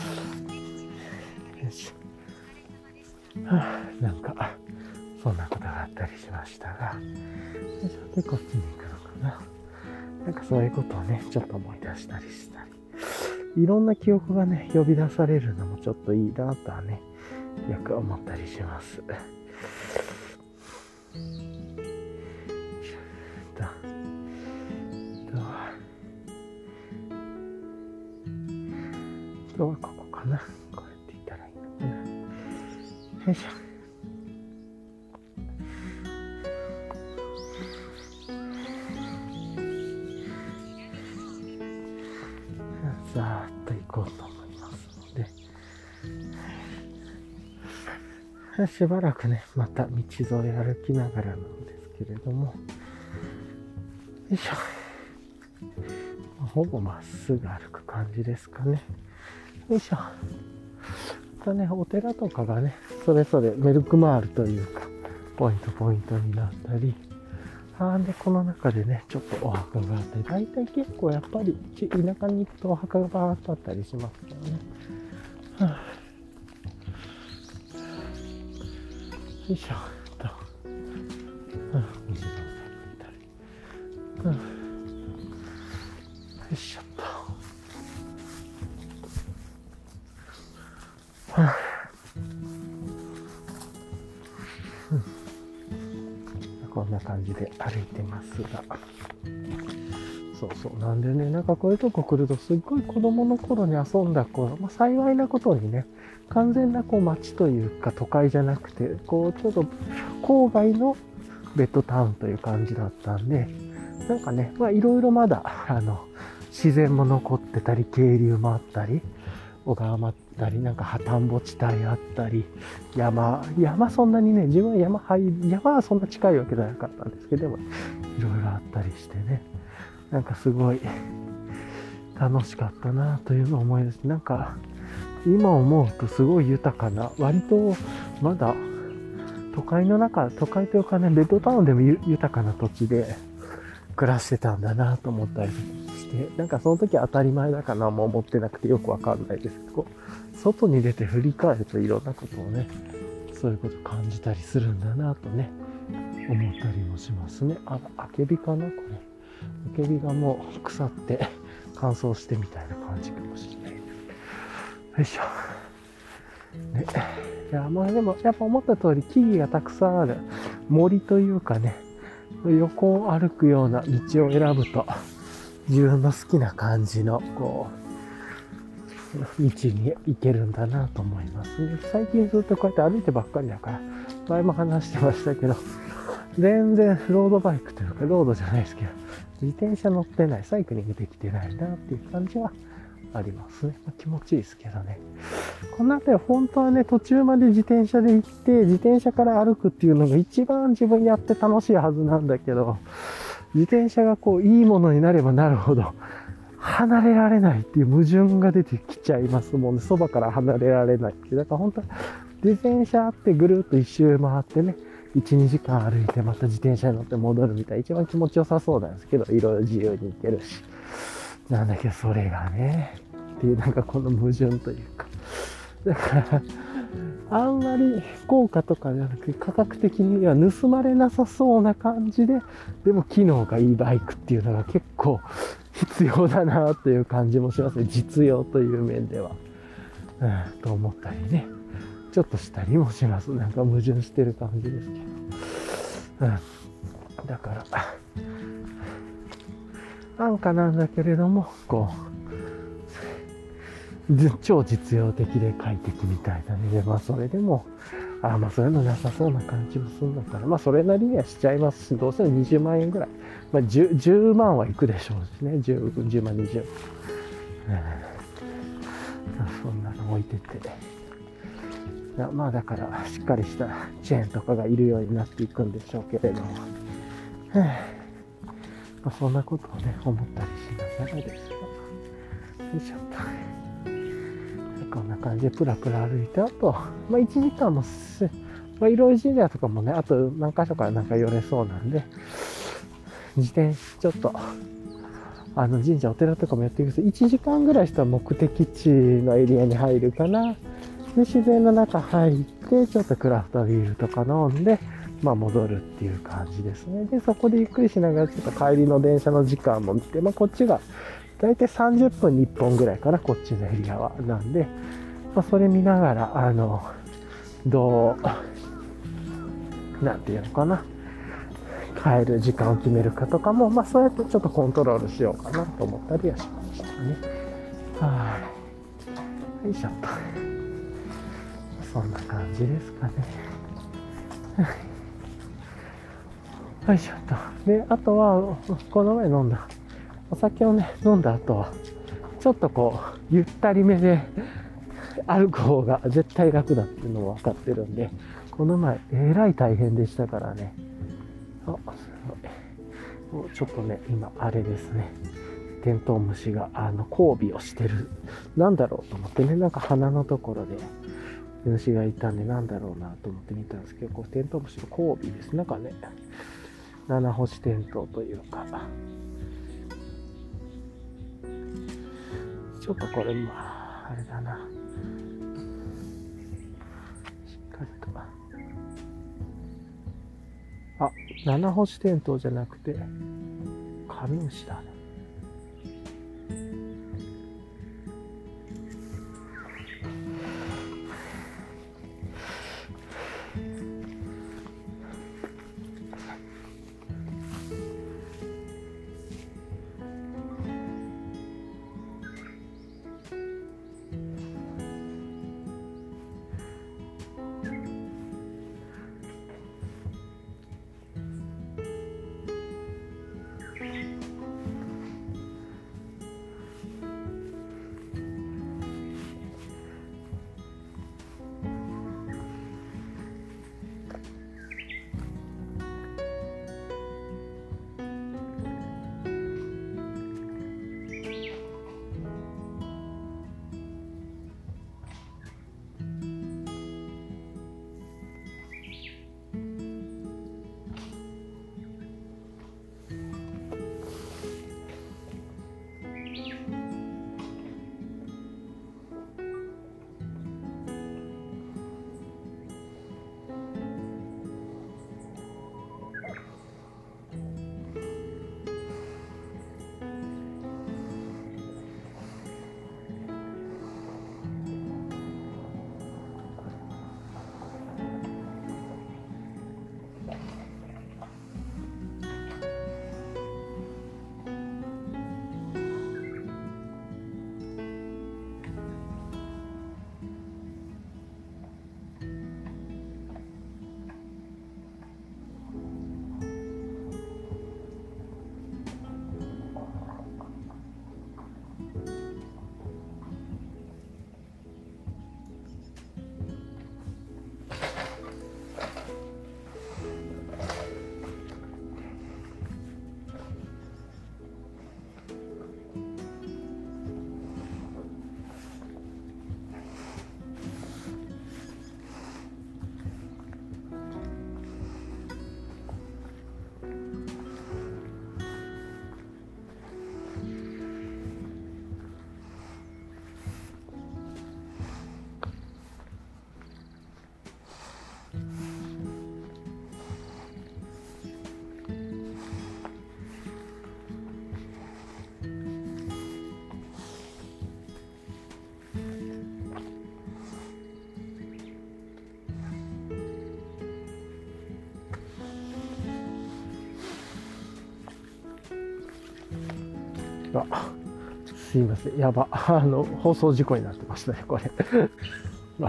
よし。はあ、なんか、そんなことがあったりしましたが、で、こっちに行くのかな。なんかそういうことをね、ちょっと思い出したりしたり。いろんな記憶がね、呼び出されるのもちょっといいなとはね、よく思ったりします。今日はここかな。こうやって言ったらいいのかな。よいしょ。さーっと行こうと思いますので、しばらくね、また道沿い歩きながらなんですけれども、よいしょ。ほぼまっすぐ歩く感じですかね。よいしょ。またね、お寺とかがね、それぞれメルクマールというか、ポイントポイントになったり、あで、この中でね、ちょっとお墓があって、大体結構やっぱり田舎に行くとお墓がバーッとあったりしますけどね。はあ、よいしょ。と。はあ、水のお茶飲んだり。はあ、よいしょっと。はあ、うん、こんな感じで歩いてますが。そうそう。なんでね、なんかこういうとこ来ると、すっごい子供の頃に遊んだ頃、まあ、幸いなことにね、完全なこう街というか都会じゃなくて、こうちょっと郊外のベッドタウンという感じだったんで、なんかね、まあいろいろまだ、あの、自然も残ってたり、渓流もあったり、小川もあったり、なんか破綻墓地帯あったり、山、山そんなにね、自分は山入り、山はそんな近いわけじゃなかったんですけども、いろいろあったりしてね、なんかすごい楽しかったなというのを思い出して、なんか今思うとすごい豊かな、割とまだ都会の中、都会というかね、ベッドタウンでも豊かな土地で暮らしてたんだなと思ったりして、なんかその時は当たり前だかなも思ってなくてよくわかんないですけど、外に出て振り返るといろんなことをね、そういうこと感じたりするんだなとね、思ったりもしますね。あ、あけびかなこれ。あけびがもう腐って乾燥してみたいな感じかもしれない。よいしょ。ね。いや、まあでもやっぱ思った通り木々がたくさんある森というかね、横を歩くような道を選ぶと自分の好きな感じのこう道に行けるんだなと思いますね。最近ずっとこうやって歩いてばっかりだから、前も話してましたけど、全然ロードバイクというかロードじゃないですけど、自転車乗ってない、サイクリングできてないなっていう感じはありますね。まあ、気持ちいいですけどね。この辺り本当はね、途中まで自転車で行って、自転車から歩くっていうのが一番自分やって楽しいはずなんだけど、自転車がこういいものになればなるほど、離れられないっていう矛盾が出てきちゃいますもんね。そばから離れられないっていう。だから本当は自転車あってぐるっと一周回ってね、いち、にじかん歩いてまた自転車に乗って戻るみたいな一番気持ちよさそうなんですけど、いろいろ自由に行けるし。なんだけどそれがね、っていうなんかこの矛盾というか。だから、あんまり効果とかじゃなくて価格的には盗まれなさそうな感じで、でも機能がいいバイクっていうのが結構必要だなという感じもしますね。実用という面では。うん、と思ったりね。ちょっとしたりもします。なんか矛盾してる感じですけど。うん。だから、安価なんだけれども、こう、超実用的で快適みたいなね。で、まあそれでもあ、まあそういうのなさそうな感じもするのかな。まあそれなりにはしちゃいますし、どうせにじゅうまんえんぐらい。まあ 10, じゅうまんはいくでしょうしね。じゅう, じゅうまん、にじゅうまん。うん、そんなの置いてて。いやまあだからしっかりしたチェーンとかがいるようになっていくんでしょうけれども。まあ、そんなことをね、思ったりしながらですよ。よいしょっと。こんな感じでプラプラ歩いた後、まあいちじかんもす、まあいろいろ神社とかもね、あと何箇所からなんか寄れそうなんで、自転ちょっと、あの神社お寺とかもやっていくと、いちじかんぐらいしたら目的地のエリアに入るかな。で、自然の中入って、ちょっとクラフトビールとか飲んで、まあ戻るっていう感じですね。で、そこでゆっくりしながらちょっと帰りの電車の時間も見て、まあこっちがだいたいさんじゅっぷんにいっぽんぐらいかな、こっちのエリアは。なんで、まあそれ見ながら、あの、どう、なんていうのかな、帰る時間を決めるかとかも、まあそうやってちょっとコントロールしようかなと思ったりはしましたね。はい。よいしょっと。そんな感じですかね。よいしょっと。で、あとは、この前飲んだ、お酒をね、飲んだ後は、ちょっとこう、ゆったりめで歩く方が絶対楽だっていうのも分かってるんで、この前、えらい大変でしたからね。あ、すごい。ちょっとね、今、あれですね。テントウムシが、あの、交尾をしてる。なんだろうと思ってね、なんか鼻のところで、虫がいたんで、なんだろうなと思って見たんですけど、こう、テントウムシの交尾です。なんかね、七星テントウというか、ちょっとこれ、まあ、あれだな。しっかりと。あ、七星テントウじゃなくて、カメムシだね。あ、すいません。やば。あの、放送事故になってましたね、これ。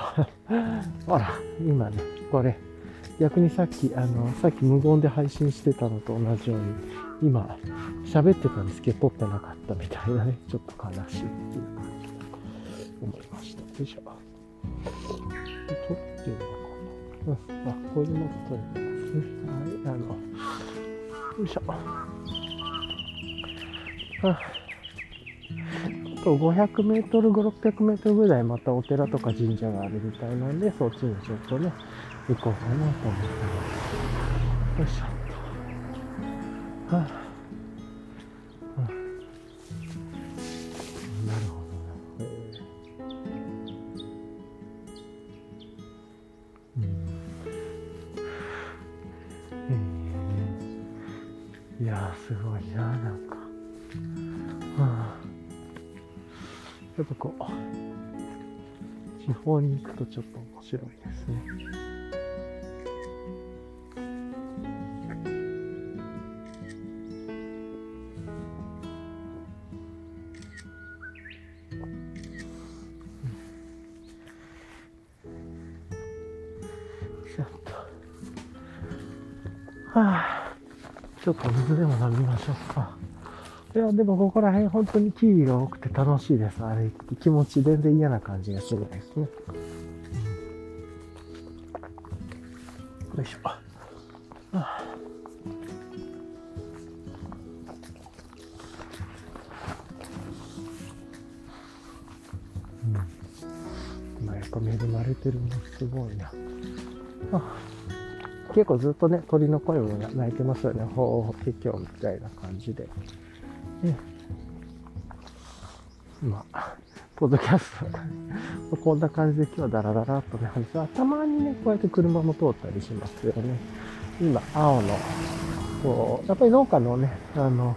ほら、今ね、これ、逆にさっき、あの、さっき無言で配信してたのと同じように、今、喋ってたんですけど、撮ってなかったみたいなね、ちょっと悲しいっていう感じだと思いました。よいしょ。撮ってるのかな。うん。あ、これでまず撮れてますね。はい、あの、よいしょ。ああとごひゃくメートル、ごひゃく、ろっぴゃくメートルぐらいまたお寺とか神社があるみたいなんで、そっちにちょっとね、行こうかなと思ってます。よいしょ。はあ、はあ、なるほどな。うん、いやー、すごいな、なんか。はあ、やっぱこう、地方に行くとちょっと面白いですね。ちょっと、はあ、ちょっと水でも飲みましょうか。いや、でもここら辺本当に木々が多くて楽しいです。あれ、気持ち全然嫌な感じがするんですね。うん、よいしょ。はあ、うん。まあ、やっぱ恵まれてるのすごいな。はあ、結構ずっとね、鳥の声も鳴いてますよね。ほう、今日みたいな感じで。ね、まあ、ポッドキャストこんな感じで今日はダラダラっとね、たまにね、こうやって車も通ったりしますよね。今、青の、こう、やっぱり農家のね、あの、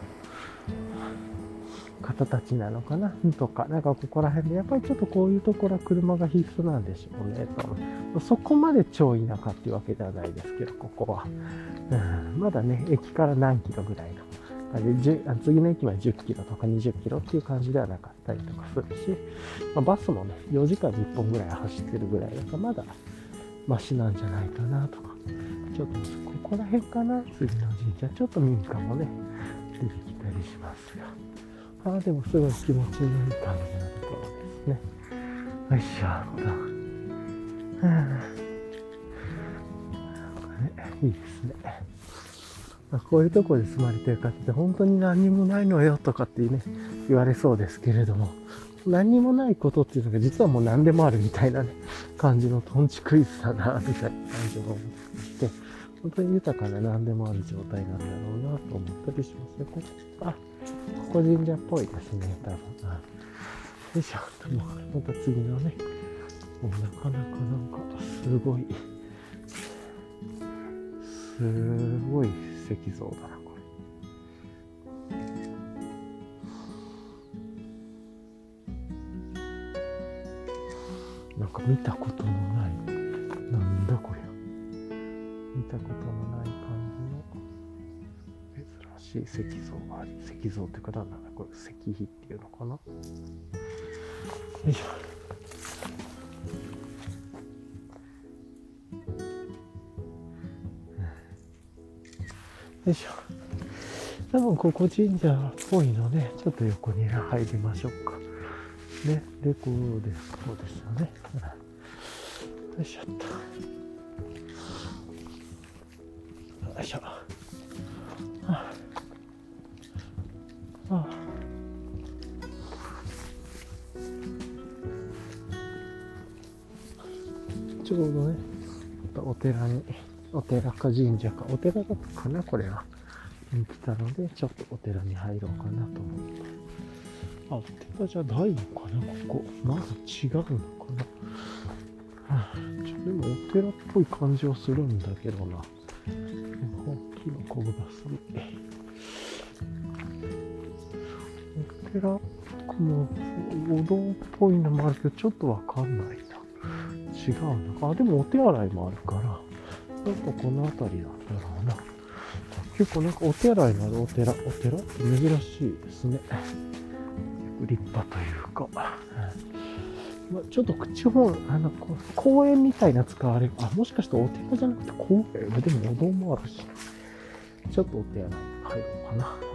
方たちなのかなとか、なんかここら辺で、やっぱりちょっとこういうところは車が必須なんでしょうね、と。そこまで超田舎っていうわけではないですけど、ここは。うん、まだね、駅から何キロぐらいの。次の駅までじゅっキロとかにじゅっキロっていう感じではなかったりとかするし、まあ、バスもね、よじかんにいっぽんぐらい走ってるぐらいだから、まだマシなんじゃないかなとか。ちょっとここら辺かな、次の神社。ちょっと民家もね、出てきたりしますが。ああ、でもすごい気持ちのいい感じなところですね。よいしょ。はあ、なんかね、いいですね。こういうところで住まれてる方って本当に何にもないのよとかってね、言われそうですけれども、何にもないことっていうのが実はもう何でもあるみたいなね、感じのトンチクイズだな、みたいな感じを思っていて、本当に豊かな何でもある状態なんだろうなと思ったりしますね。ここ、あ、ここ神社っぽいですね、多分。あ、よいしょ。でもまた次のね、もうなかなかなんかすごい、すごい石像だな、これ。なんか見たことのない、なんだこりゃ。見たことのない感じの珍しい石像があり、石像っていうかなんだこれ、石碑っていうのかな。よいしょ。よいしょ。多分ここ神社っぽいので、ちょっと横に入りましょうか。ね、で、こうです。こうですよね。よいしょっと。よいしょ。はあ、はあ、ちょうどね、お寺に、お寺か神社か、お寺だったかな、これは。に来たので、ちょっとお寺に入ろうかなと思って。あ、お寺じゃないのかな、ここ。まず違うのかな。はあ、ちょでもお寺っぽい感じはするんだけどな。大きなこぶだすね。お寺っぽくも、お堂っぽいのもあるけど、ちょっとわかんないな。違うな。あ、でもお手洗いもあるから、なんかこの辺りなんだろうな。結構なんかお手洗いのあるお寺、お寺って珍しいですね。立派というか。 まちょっと地方、あの、こう公園みたいな使われる。あ、もしかしてお寺じゃなくて公園でもお堂もあるし。ちょっとお手洗い入ろうかな。